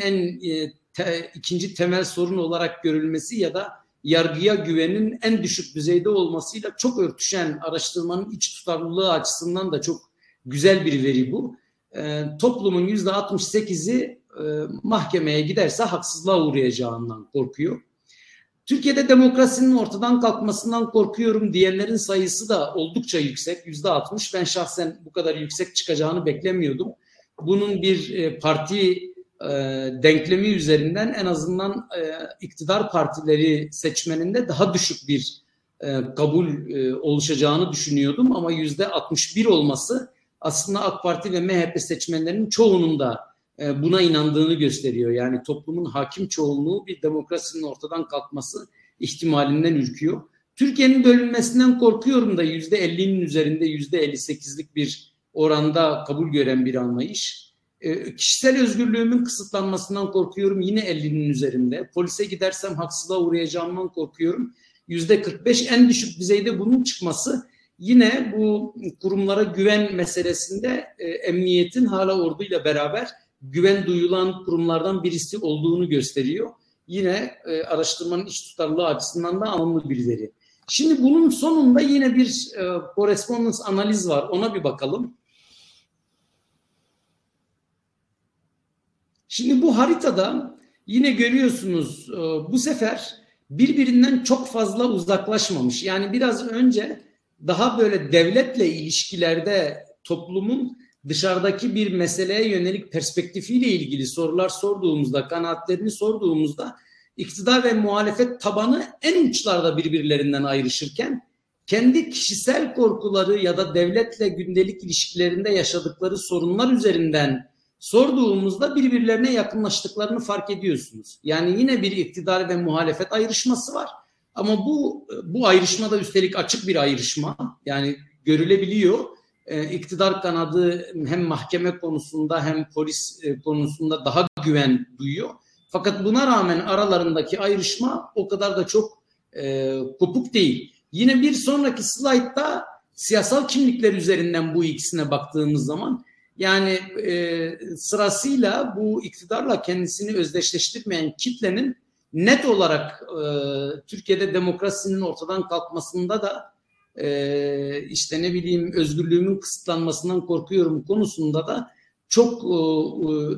ikinci temel sorun olarak görülmesi ya da yargıya güvenin en düşük düzeyde olmasıyla çok örtüşen, araştırmanın iç tutarlılığı açısından da çok güzel bir veri bu. Toplumun %68'i mahkemeye giderse haksızlığa uğrayacağından korkuyor. Türkiye'de demokrasinin ortadan kalkmasından korkuyorum diyenlerin sayısı da oldukça yüksek, %60. Ben şahsen bu kadar yüksek çıkacağını beklemiyordum. Bunun bir parti denklemi üzerinden en azından iktidar partileri seçmeninde daha düşük bir kabul oluşacağını düşünüyordum. Ama %61 olması aslında AK Parti ve MHP seçmenlerinin çoğunun da buna inandığını gösteriyor. Yani toplumun hakim çoğunluğu bir demokrasinin ortadan kalkması ihtimalinden ürküyor. Türkiye'nin bölünmesinden korkuyorum da %50'nin üzerinde %58'lik bir oranda kabul gören bir anlayış. Kişisel özgürlüğümün kısıtlanmasından korkuyorum, yine 50'nin üzerinde. Polise gidersem haksızlığa uğrayacağımdan korkuyorum. %45 en düşük düzeyde bunun çıkması yine bu kurumlara güven meselesinde emniyetin hala orduyla beraber güven duyulan kurumlardan birisi olduğunu gösteriyor. Yine araştırmanın iç tutarlılığı açısından da anlamlı bir veri. Şimdi bunun sonunda yine bir correspondence analiz var. Ona bir bakalım. Şimdi bu haritada yine görüyorsunuz bu sefer birbirinden çok fazla uzaklaşmamış. Yani biraz önce daha böyle devletle ilişkilerde toplumun dışarıdaki bir meseleye yönelik perspektifiyle ilgili sorular sorduğumuzda, kanaatlerini sorduğumuzda iktidar ve muhalefet tabanı en uçlarda birbirlerinden ayrışırken kendi kişisel korkuları ya da devletle gündelik ilişkilerinde yaşadıkları sorunlar üzerinden sorduğumuzda birbirlerine yakınlaştıklarını fark ediyorsunuz. Yani yine bir iktidar ve muhalefet ayrışması var. Ama bu ayrışma da üstelik açık bir ayrışma. Yani görülebiliyor. İktidar kanadı hem mahkeme konusunda hem polis konusunda daha güven duyuyor. Fakat buna rağmen aralarındaki ayrışma o kadar da çok kopuk değil. Yine bir sonraki slaytta siyasal kimlikler üzerinden bu ikisine baktığımız zaman yani sırasıyla bu iktidarla kendisini özdeşleştirmeyen kitlenin net olarak Türkiye'de demokrasinin ortadan kalkmasında da işte ne bileyim özgürlüğümün kısıtlanmasından korkuyorum konusunda da çok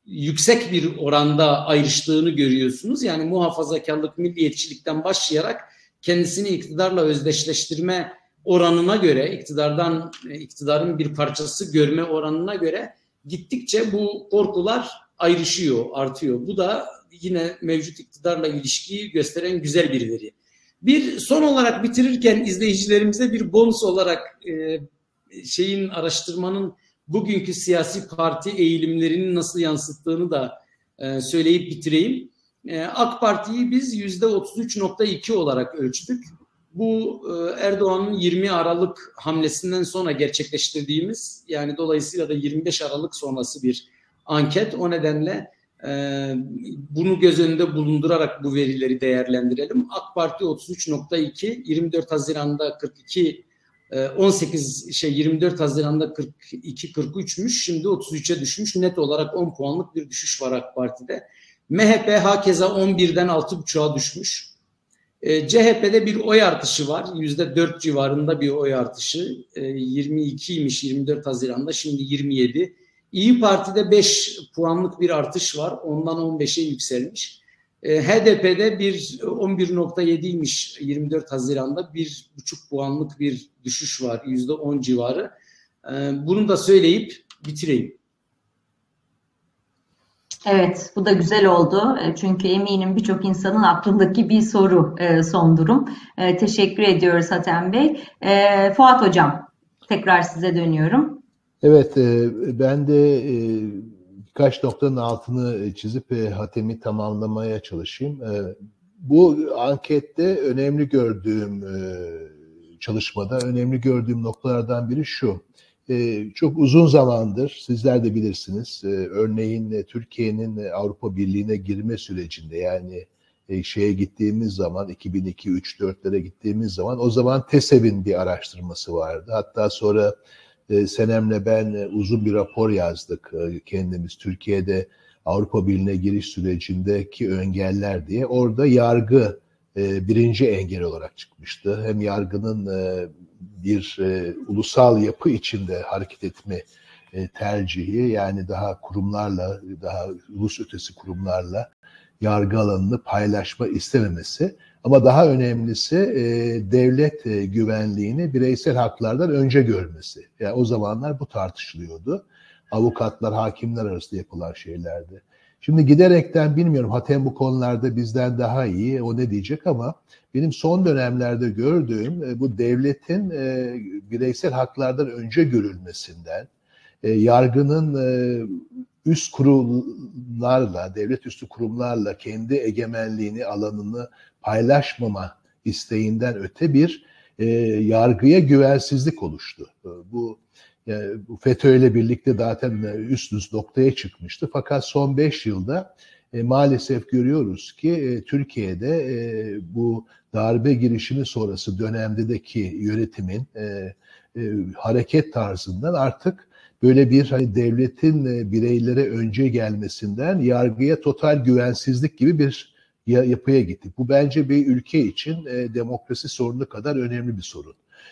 yüksek bir oranda ayrıştığını görüyorsunuz. Yani muhafazakarlık, milliyetçilikten başlayarak kendisini iktidarla özdeşleştirme oranına göre, iktidarın bir parçası görme oranına göre gittikçe bu korkular ayrışıyor, artıyor. Bu da yine mevcut iktidarla ilişkiyi gösteren güzel bir veri. Bir son olarak bitirirken izleyicilerimize bir bonus olarak araştırmanın bugünkü siyasi parti eğilimlerini nasıl yansıttığını da söyleyip bitireyim. AK Parti'yi biz %33.2 olarak ölçtük. Bu Erdoğan'ın 20 Aralık hamlesinden sonra gerçekleştirdiğimiz, yani dolayısıyla da 25 Aralık sonrası bir anket. O nedenle bunu göz önünde bulundurarak bu verileri değerlendirelim. AK Parti 33.2, 24 Haziran'da 24 Haziran'da 42-43'müş, şimdi 33'e düşmüş. Net olarak 10 puanlık bir düşüş var AK Parti'de. MHP hakeza 11'den 6,5'a düşmüş. CHP'de bir oy artışı var. %4 civarında bir oy artışı. 22'ymiş 24 Haziran'da, şimdi 27. İYİ Parti'de 5 puanlık bir artış var. Ondan 15'e yükselmiş. HDP'de 11.7'ymiş 24 Haziran'da. 1,5 puanlık bir düşüş var. %10 civarı. Bunu da söyleyip bitireyim. Evet, bu da güzel oldu. Çünkü eminim birçok insanın aklındaki bir soru son durum. Teşekkür ediyoruz Hatem Bey. Fuat Hocam, tekrar size dönüyorum. Evet, ben de birkaç noktanın altını çizip Hatem'i tamamlamaya çalışayım. Bu ankette önemli gördüğüm çalışmada önemli gördüğüm noktalardan biri şu. Çok uzun zamandır, sizler de bilirsiniz, örneğin Türkiye'nin Avrupa Birliği'ne girme sürecinde, yani şeye gittiğimiz zaman, 2002, 3, 4'lere gittiğimiz zaman, o zaman TESEV'in bir araştırması vardı. Hatta sonra Senem'le ben uzun bir rapor yazdık kendimiz, Türkiye'de Avrupa Birliği'ne giriş sürecindeki engeller diye. Orada yargı birinci engel olarak çıkmıştı. Hem yargının bir ulusal yapı içinde hareket etme tercihi, yani daha kurumlarla, daha ulus ötesi kurumlarla yargı alanını paylaşma istememesi, ama daha önemlisi devlet güvenliğini bireysel haklardan önce görmesi. Yani o zamanlar bu tartışılıyordu. Avukatlar, hakimler arasında yapılan şeylerdi. Şimdi giderekten, bilmiyorum, Hatem bu konularda bizden daha iyi, o ne diyecek, ama benim son dönemlerde gördüğüm bu devletin bireysel haklardan önce görülmesinden, yargının üst kurumlarla, devlet üstü kurumlarla kendi egemenliğini, alanını paylaşmama isteğinden öte bir yargıya güvensizlik oluştu. Bu FETÖ'yle birlikte zaten üst noktaya çıkmıştı. Fakat son 5 yılda maalesef görüyoruz ki Türkiye'de bu darbe girişimi sonrası dönemdeki yönetimin hareket tarzından artık böyle bir devletin bireylere önce gelmesinden yargıya total güvensizlik gibi bir yapıya gitti. Bu bence bir ülke için demokrasi sorunu kadar önemli bir sorun.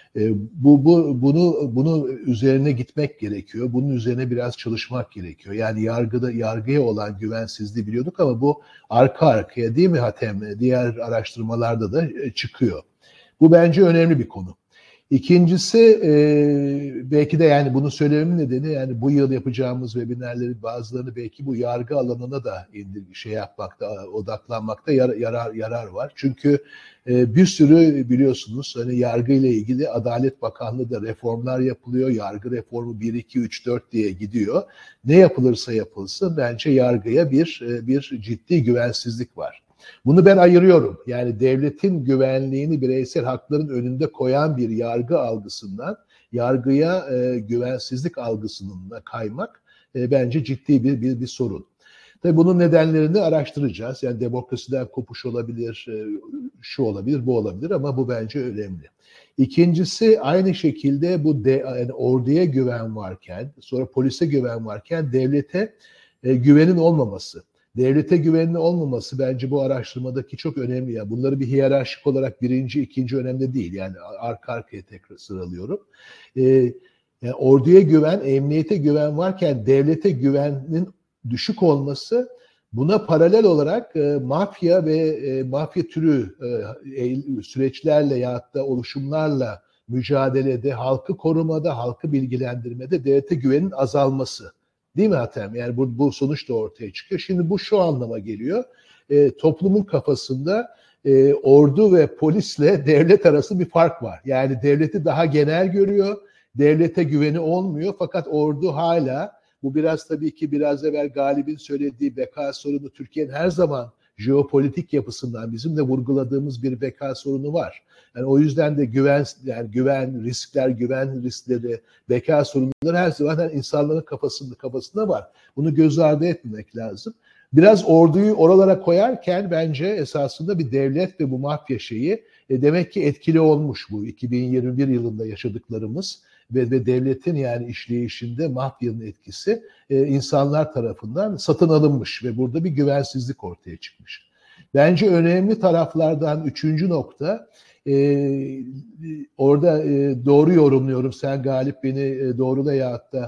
Bunu üzerine gitmek gerekiyor. Bunun üzerine biraz çalışmak gerekiyor. Yani yargıya olan güvensizliği biliyorduk, ama bu arka arkaya, değil mi Hatem? Diğer araştırmalarda da çıkıyor. Bu bence önemli bir konu. İkincisi, belki de yani bunu söylememin nedeni, yani bu yıl yapacağımız webinarların bazılarını belki bu yargı alanına da odaklanmakta yarar var. Çünkü bir sürü, biliyorsunuz, yargıyla ilgili Adalet Bakanlığı'da reformlar yapılıyor. Yargı reformu 1, 2, 3, 4 diye gidiyor. Ne yapılırsa yapılsın bence yargıya bir ciddi güvensizlik var. Bunu ben ayırıyorum. Yani devletin güvenliğini bireysel hakların önünde koyan bir yargı algısından yargıya güvensizlik algısına kaymak bence ciddi bir sorun. Tabii bunun nedenlerini araştıracağız. Yani demokrasiden kopuş olabilir, şu olabilir, bu olabilir, ama bu bence önemli. İkincisi, aynı şekilde yani orduya güven varken, sonra polise güven varken devlete güvenin olmaması. Devlete güvenli olmaması bence bu araştırmadaki çok önemli. Yani bunları bir hiyerarşik olarak birinci, ikinci önemli değil. Yani arka arkaya tekrar sıralıyorum. Yani orduya güven, emniyete güven varken devlete güvenin düşük olması, buna paralel olarak mafya ve mafya türü süreçlerle ya da oluşumlarla mücadelede, halkı korumada, halkı bilgilendirmede devlete güvenin azalması. Değil mi Hatem? Yani bu sonuç da ortaya çıkıyor. Şimdi bu şu anlama geliyor. Toplumun kafasında ordu ve polisle devlet arası bir fark var. Yani devleti daha genel görüyor, devlete güveni olmuyor. Fakat ordu hala, bu biraz tabii ki biraz evvel Galip'in söylediği beka sorunu, Türkiye'nin her zaman jeopolitik yapısından bizim de vurguladığımız bir beka sorunu var. Yani o yüzden de güven riskleri, beka sorunları her zaman insanların kafasında var. Bunu göz ardı etmemek lazım. Biraz orduyu oralara koyarken bence esasında bir devlet ve bu mafya şeyi demek ki etkili olmuş bu 2021 yılında yaşadıklarımız ve devletin yani işleyişinde mafyanın etkisi insanlar tarafından satın alınmış ve burada bir güvensizlik ortaya çıkmış. Bence önemli taraflardan üçüncü nokta, orada doğru yorumluyorum, sen Galip beni doğrula ya hatta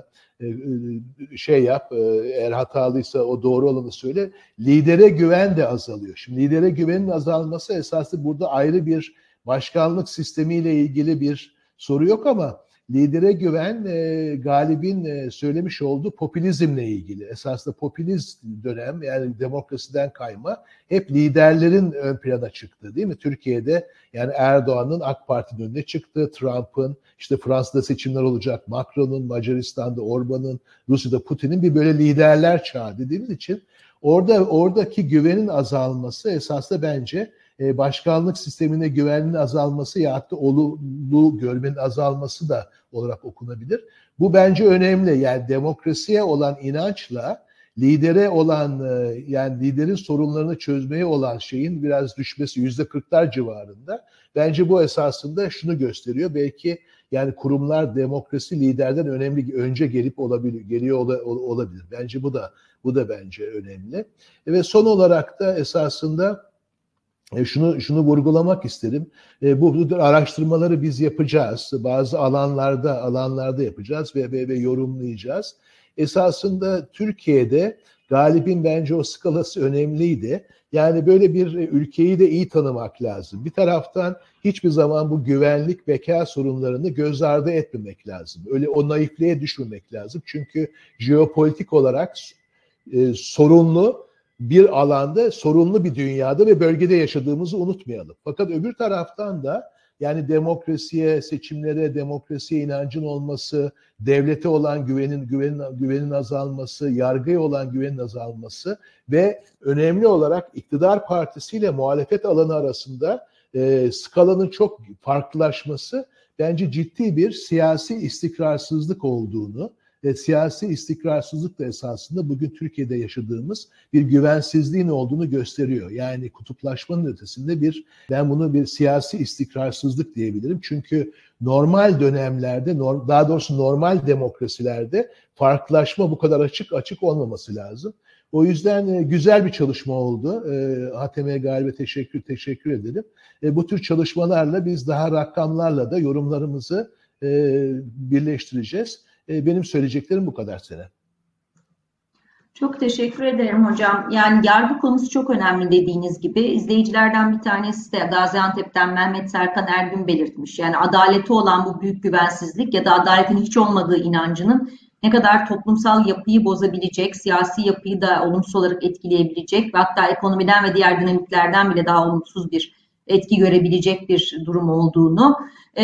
şey yap, eğer hatalıysa o doğru olanı söyle. Lidere güven de azalıyor. Şimdi lidere güvenin azalması esası burada ayrı bir başkanlık sistemiyle ilgili bir soru yok ama lidere güven Galip'in söylemiş olduğu popülizmle ilgili. Esasında popülist dönem yani demokrasiden kayma hep liderlerin ön plana çıktı değil mi? Türkiye'de yani Erdoğan'ın AK Parti'nin önüne çıktı, Trump'ın, işte Fransa'da seçimler olacak, Macron'un, Macaristan'da Orban'ın, Rusya'da Putin'in bir böyle liderler çağı dediğimiz için oradaki güvenin azalması esasında bence başkanlık sistemine güvenin azalması ya da olumlu görmenin azalması da olarak okunabilir. Bu bence önemli. Yani demokrasiye olan inançla lidere olan yani liderin sorunlarını çözmeye olan şeyin biraz düşmesi %40'lar civarında. Bence bu esasında şunu gösteriyor. Belki yani kurumlar demokrasi liderden önce geliyor olabilir. Bence bu da bence önemli. Ve son olarak da esasında şunu vurgulamak isterim. Bu araştırmaları biz yapacağız. Bazı alanlarda yapacağız ve yorumlayacağız. Esasında Türkiye'de Galip'in bence o skalası önemliydi. Yani böyle bir ülkeyi de iyi tanımak lazım. Bir taraftan hiçbir zaman bu güvenlik, beka sorunlarını göz ardı etmemek lazım. Öyle o naifliğe düşmemek lazım. Çünkü jeopolitik olarak sorunlu bir alanda, sorunlu bir dünyada ve bölgede yaşadığımızı unutmayalım. Fakat öbür taraftan da yani demokrasiye, seçimlere, demokrasiye inancın olması, devlete olan güvenin azalması, yargıya olan güvenin azalması ve önemli olarak iktidar partisiyle muhalefet alanı arasında skalanın çok farklılaşması bence ciddi bir siyasi istikrarsızlık olduğunu ve siyasi istikrarsızlık da esasında bugün Türkiye'de yaşadığımız bir güvensizliğin olduğunu gösteriyor. Yani kutuplaşmanın ötesinde ben bunu bir siyasi istikrarsızlık diyebilirim. Çünkü normal dönemlerde, daha doğrusu normal demokrasilerde farklılaşma bu kadar açık olmaması lazım. O yüzden güzel bir çalışma oldu. Hatem'e Galip'e teşekkür ederim. Bu tür çalışmalarla biz daha rakamlarla da yorumlarımızı birleştireceğiz. Benim söyleyeceklerim bu kadar Senem. Çok teşekkür ederim hocam. Yani yargı konusu çok önemli dediğiniz gibi. İzleyicilerden bir tanesi de Gaziantep'ten Mehmet Serkan Ergün belirtmiş. Yani adalete olan bu büyük güvensizlik ya da adaletin hiç olmadığı inancının ne kadar toplumsal yapıyı bozabilecek, siyasi yapıyı da olumsuz olarak etkileyebilecek ve hatta ekonomiden ve diğer dinamiklerden bile daha olumsuz bir etki görebilecek bir durum olduğunu.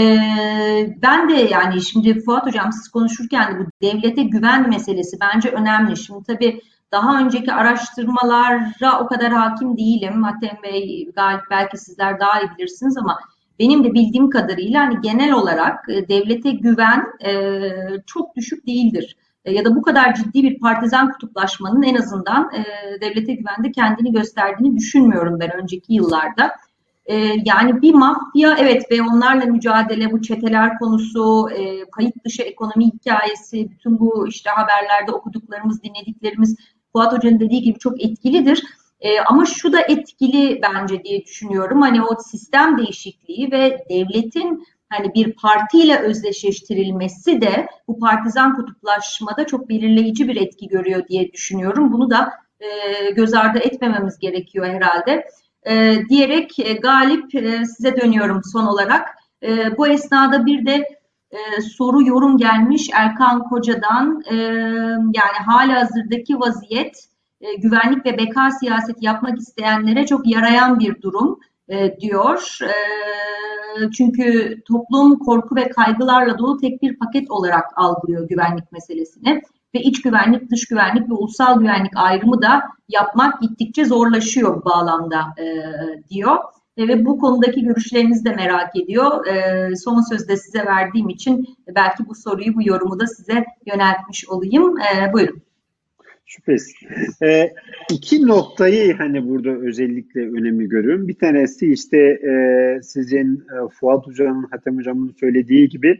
Ben de yani şimdi Fuat Hocam siz konuşurken de bu devlete güven meselesi bence önemli. Şimdi tabii daha önceki araştırmalara o kadar hakim değilim. Hatem Bey, Galip belki sizler daha iyi bilirsiniz ama benim de bildiğim kadarıyla hani genel olarak devlete güven çok düşük değildir. Ya da bu kadar ciddi bir partizan kutuplaşmanın en azından devlete güvende kendini gösterdiğini düşünmüyorum ben önceki yıllarda. Yani bir mafya evet ve onlarla mücadele, bu çeteler konusu, kayıt dışı ekonomi hikayesi, bütün bu işte haberlerde okuduklarımız, dinlediklerimiz Fuat Hoca'nın dediği gibi çok etkilidir. Ama şu da etkili bence diye düşünüyorum. Hani o sistem değişikliği ve devletin hani bir partiyle özdeşleştirilmesi de bu partizan kutuplaşmada çok belirleyici bir etki görüyor diye düşünüyorum. Bunu da göz ardı etmememiz gerekiyor herhalde. Diyerek Galip, size dönüyorum son olarak. Bu esnada bir de soru yorum gelmiş Erkan Koca'dan. Yani halihazırdaki vaziyet güvenlik ve beka siyaseti yapmak isteyenlere çok yarayan bir durum diyor. Çünkü toplum korku ve kaygılarla dolu tek bir paket olarak algılıyor güvenlik meselesini. Ve iç güvenlik, dış güvenlik ve ulusal güvenlik ayrımı da yapmak gittikçe zorlaşıyor bu bağlamda diyor. Ve bu konudaki görüşlerinizi de merak ediyor. Son sözü de size verdiğim için belki bu soruyu, bu yorumu da size yöneltmiş olayım. Buyurun. Şüphesiz. İki noktayı hani burada özellikle önemli görüyorum. Bir tanesi işte sizin Fuat Hoca'nın, Hatem Hocam'ın söylediği gibi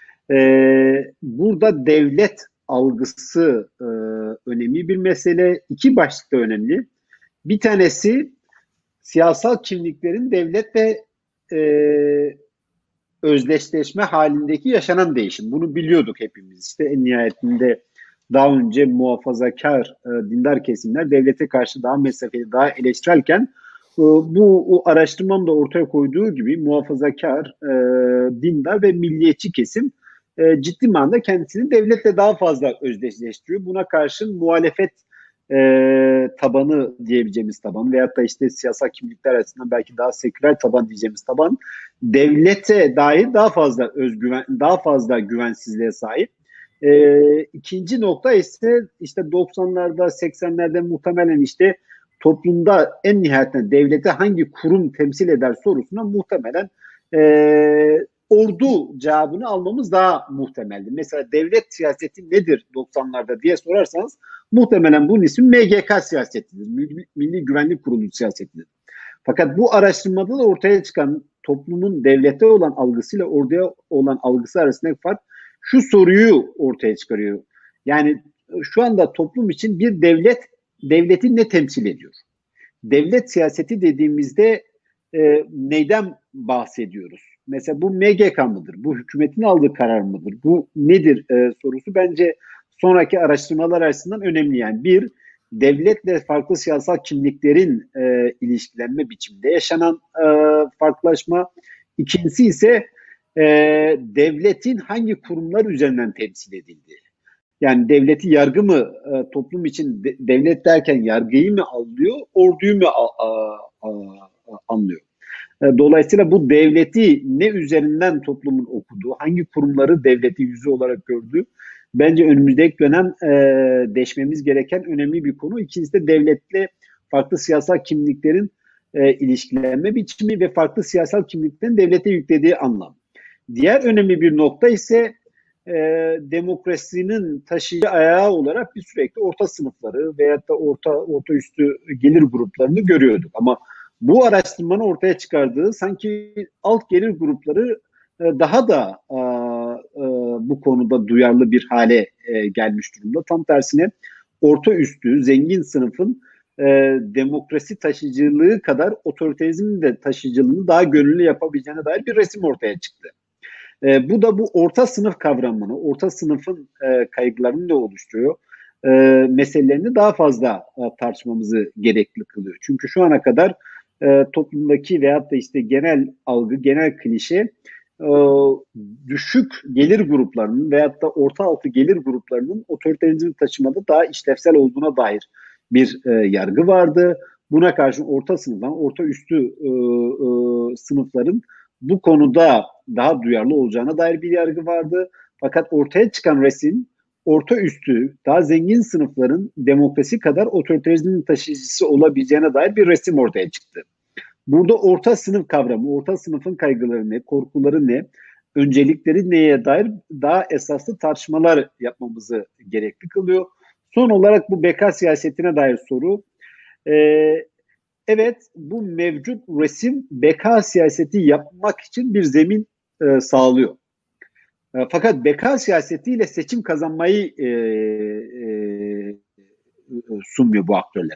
burada devlet algısı önemli bir mesele. İki başlık da önemli. Bir tanesi siyasal kimliklerin devletle özdeşleşme halindeki yaşanan değişim. Bunu biliyorduk hepimiz. İşte en nihayetinde daha önce muhafazakar dindar kesimler devlete karşı daha mesafeli, daha eleştirelken bu araştırmam da ortaya koyduğu gibi muhafazakar, dindar ve milliyetçi kesim ciddi manada kendisini devletle daha fazla özdeşleştiriyor. Buna karşın muhalefet tabanı diyebileceğimiz taban veyahut da işte siyasal kimlikler açısından belki daha seküler taban diyeceğimiz taban devlete dair daha fazla özgüven, daha fazla güvensizliğe sahip. İkinci nokta ise işte 90'larda 80'lerde muhtemelen işte toplumda en nihayetinde devlete hangi kurum temsil eder sorusuna muhtemelen ordu cevabını almamız daha muhtemeldi. Mesela devlet siyaseti nedir 90'larda diye sorarsanız muhtemelen bunun ismi MGK siyasetidir. Milli Güvenlik Kurulu siyasetidir. Fakat bu araştırmada da ortaya çıkan toplumun devlete olan algısıyla orduya olan algısı arasındaki fark şu soruyu ortaya çıkarıyor. Yani şu anda toplum için bir devleti ne temsil ediyor? Devlet siyaseti dediğimizde neyden bahsediyoruz? Mesela bu MGK mıdır? Bu hükümetin aldığı karar mıdır? Bu nedir sorusu bence sonraki araştırmalar açısından önemli. Yani bir, devletle farklı siyasal kimliklerin ilişkilenme biçiminde yaşanan farklılaşma. İkincisi ise devletin hangi kurumlar üzerinden temsil edildiği. Yani devleti yargı mı toplum için devlet derken yargıyı mı anlıyor, orduyu mu anlıyor? Dolayısıyla bu devleti ne üzerinden toplumun okuduğu, hangi kurumları devleti yüzü olarak gördüğü bence önümüzdeki dönem deşmemiz gereken önemli bir konu. İkincisi de devletle farklı siyasal kimliklerin ilişkilenme biçimi ve farklı siyasal kimliklerin devlete yüklediği anlam. Diğer önemli bir nokta ise demokrasinin taşıyıcı ayağı olarak biz sürekli orta sınıfları veyahut da orta üstü gelir gruplarını görüyorduk. Ama bu araştırmanın ortaya çıkardığı sanki alt gelir grupları daha da bu konuda duyarlı bir hale gelmiş durumda. Tam tersine orta üstü, zengin sınıfın demokrasi taşıyıcılığı kadar otoriterizmin de taşıyıcılığını daha gönüllü yapabileceğine dair bir resim ortaya çıktı. Bu da bu orta sınıf kavramını, orta sınıfın kaygılarını da oluşturuyor. Meselelerini daha fazla tartışmamızı gerekli kılıyor. Çünkü şu ana kadar toplumdaki veyahut da işte genel algı, genel klişe düşük gelir gruplarının veyahut da orta altı gelir gruplarının otoriterizmi taşımada daha işlevsel olduğuna dair bir yargı vardı. Buna karşın orta sınıftan, orta üstü sınıfların bu konuda daha duyarlı olacağına dair bir yargı vardı. Fakat ortaya çıkan resim orta üstü, daha zengin sınıfların demokrasi kadar otoriterizmin taşıyıcısı olabileceğine dair bir resim ortaya çıktı. Burada orta sınıf kavramı, orta sınıfın kaygıları ne, korkuları ne, öncelikleri neye dair daha esaslı tartışmalar yapmamızı gerekli kılıyor. Son olarak bu beka siyasetine dair soru. Evet, bu mevcut resim beka siyaseti yapmak için bir zemin sağlıyor. Fakat beka siyasetiyle seçim kazanmayı sunmuyor bu aktörlere.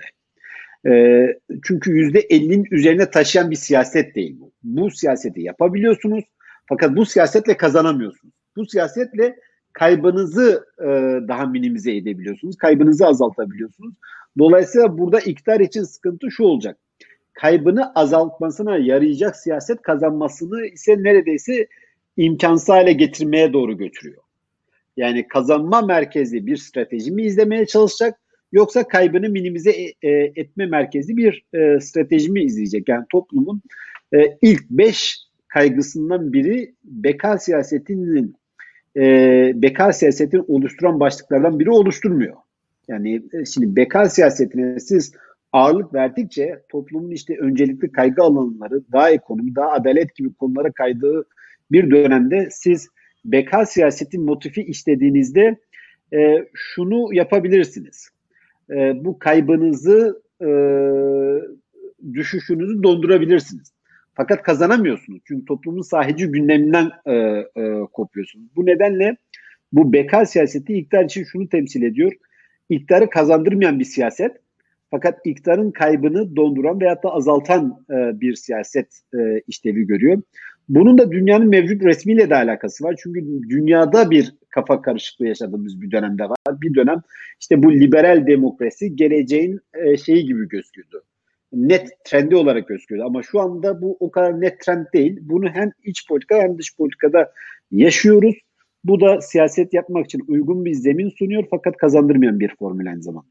Çünkü %50'nin üzerine taşıyan bir siyaset değil bu. Bu siyaseti yapabiliyorsunuz. Fakat bu siyasetle kazanamıyorsunuz. Bu siyasetle kaybınızı daha minimize edebiliyorsunuz. Kaybınızı azaltabiliyorsunuz. Dolayısıyla burada iktidar için sıkıntı şu olacak. Kaybını azaltmasına yarayacak siyaset kazanmasını ise neredeyse imkansız hale getirmeye doğru götürüyor. Yani kazanma merkezli bir strateji mi izlemeye çalışacak, yoksa kaybını minimize etme merkezli bir strateji mi izleyecek? Yani toplumun ilk 5 kaygısından biri beka siyasetinin oluşturan başlıklardan biri oluşturmuyor. Yani şimdi beka siyasetine siz ağırlık verdikçe toplumun işte öncelikli kaygı alanları, daha ekonomi, daha adalet gibi konulara kaydığı bir dönemde siz beka siyaseti motifi işlediğinizde şunu yapabilirsiniz. Bu kaybınızı, düşüşünüzü dondurabilirsiniz. Fakat kazanamıyorsunuz. Çünkü toplumun sahici gündeminden kopuyorsunuz. Bu nedenle bu beka siyaseti iktidar için şunu temsil ediyor. İktidarı kazandırmayan bir siyaset, fakat iktidarın kaybını donduran veyahut da azaltan bir siyaset işlevi görüyor. Bunun da dünyanın mevcut resmiyle de alakası var. Çünkü dünyada bir kafa karışıklığı yaşadığımız bir dönemde var. Bir dönem işte bu liberal demokrasi geleceğin şeyi gibi gözüküyordu. Net trendi olarak gözüküyordu. Ama şu anda bu o kadar net trend değil. Bunu hem iç politika hem dış politikada yaşıyoruz. Bu da siyaset yapmak için uygun bir zemin sunuyor fakat kazandırmayan bir formül aynı zamanda.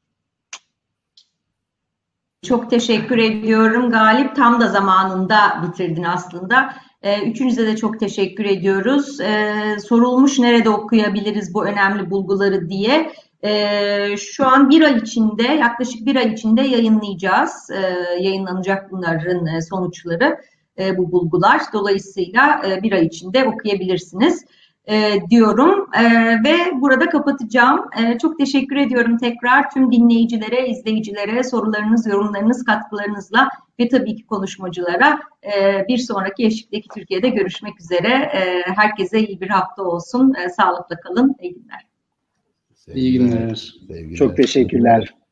Çok teşekkür ediyorum Galip. Tam da zamanında bitirdin aslında. Üçünüze de çok teşekkür ediyoruz. Sorulmuş nerede okuyabiliriz bu önemli bulguları diye. Şu an bir ay içinde, yaklaşık bir ay içinde yayınlayacağız. Yayınlanacak bunların sonuçları, bu bulgular. Dolayısıyla bir ay içinde okuyabilirsiniz diyorum ve burada kapatacağım. Çok teşekkür ediyorum tekrar tüm dinleyicilere, izleyicilere, sorularınız, yorumlarınız, katkılarınızla ve tabii ki konuşmacılara. Bir sonraki Eşik'teki Türkiye'de görüşmek üzere. Herkese iyi bir hafta olsun. Sağlıkla kalın. İyi günler. İyi günler. Sevgiler. Çok teşekkürler.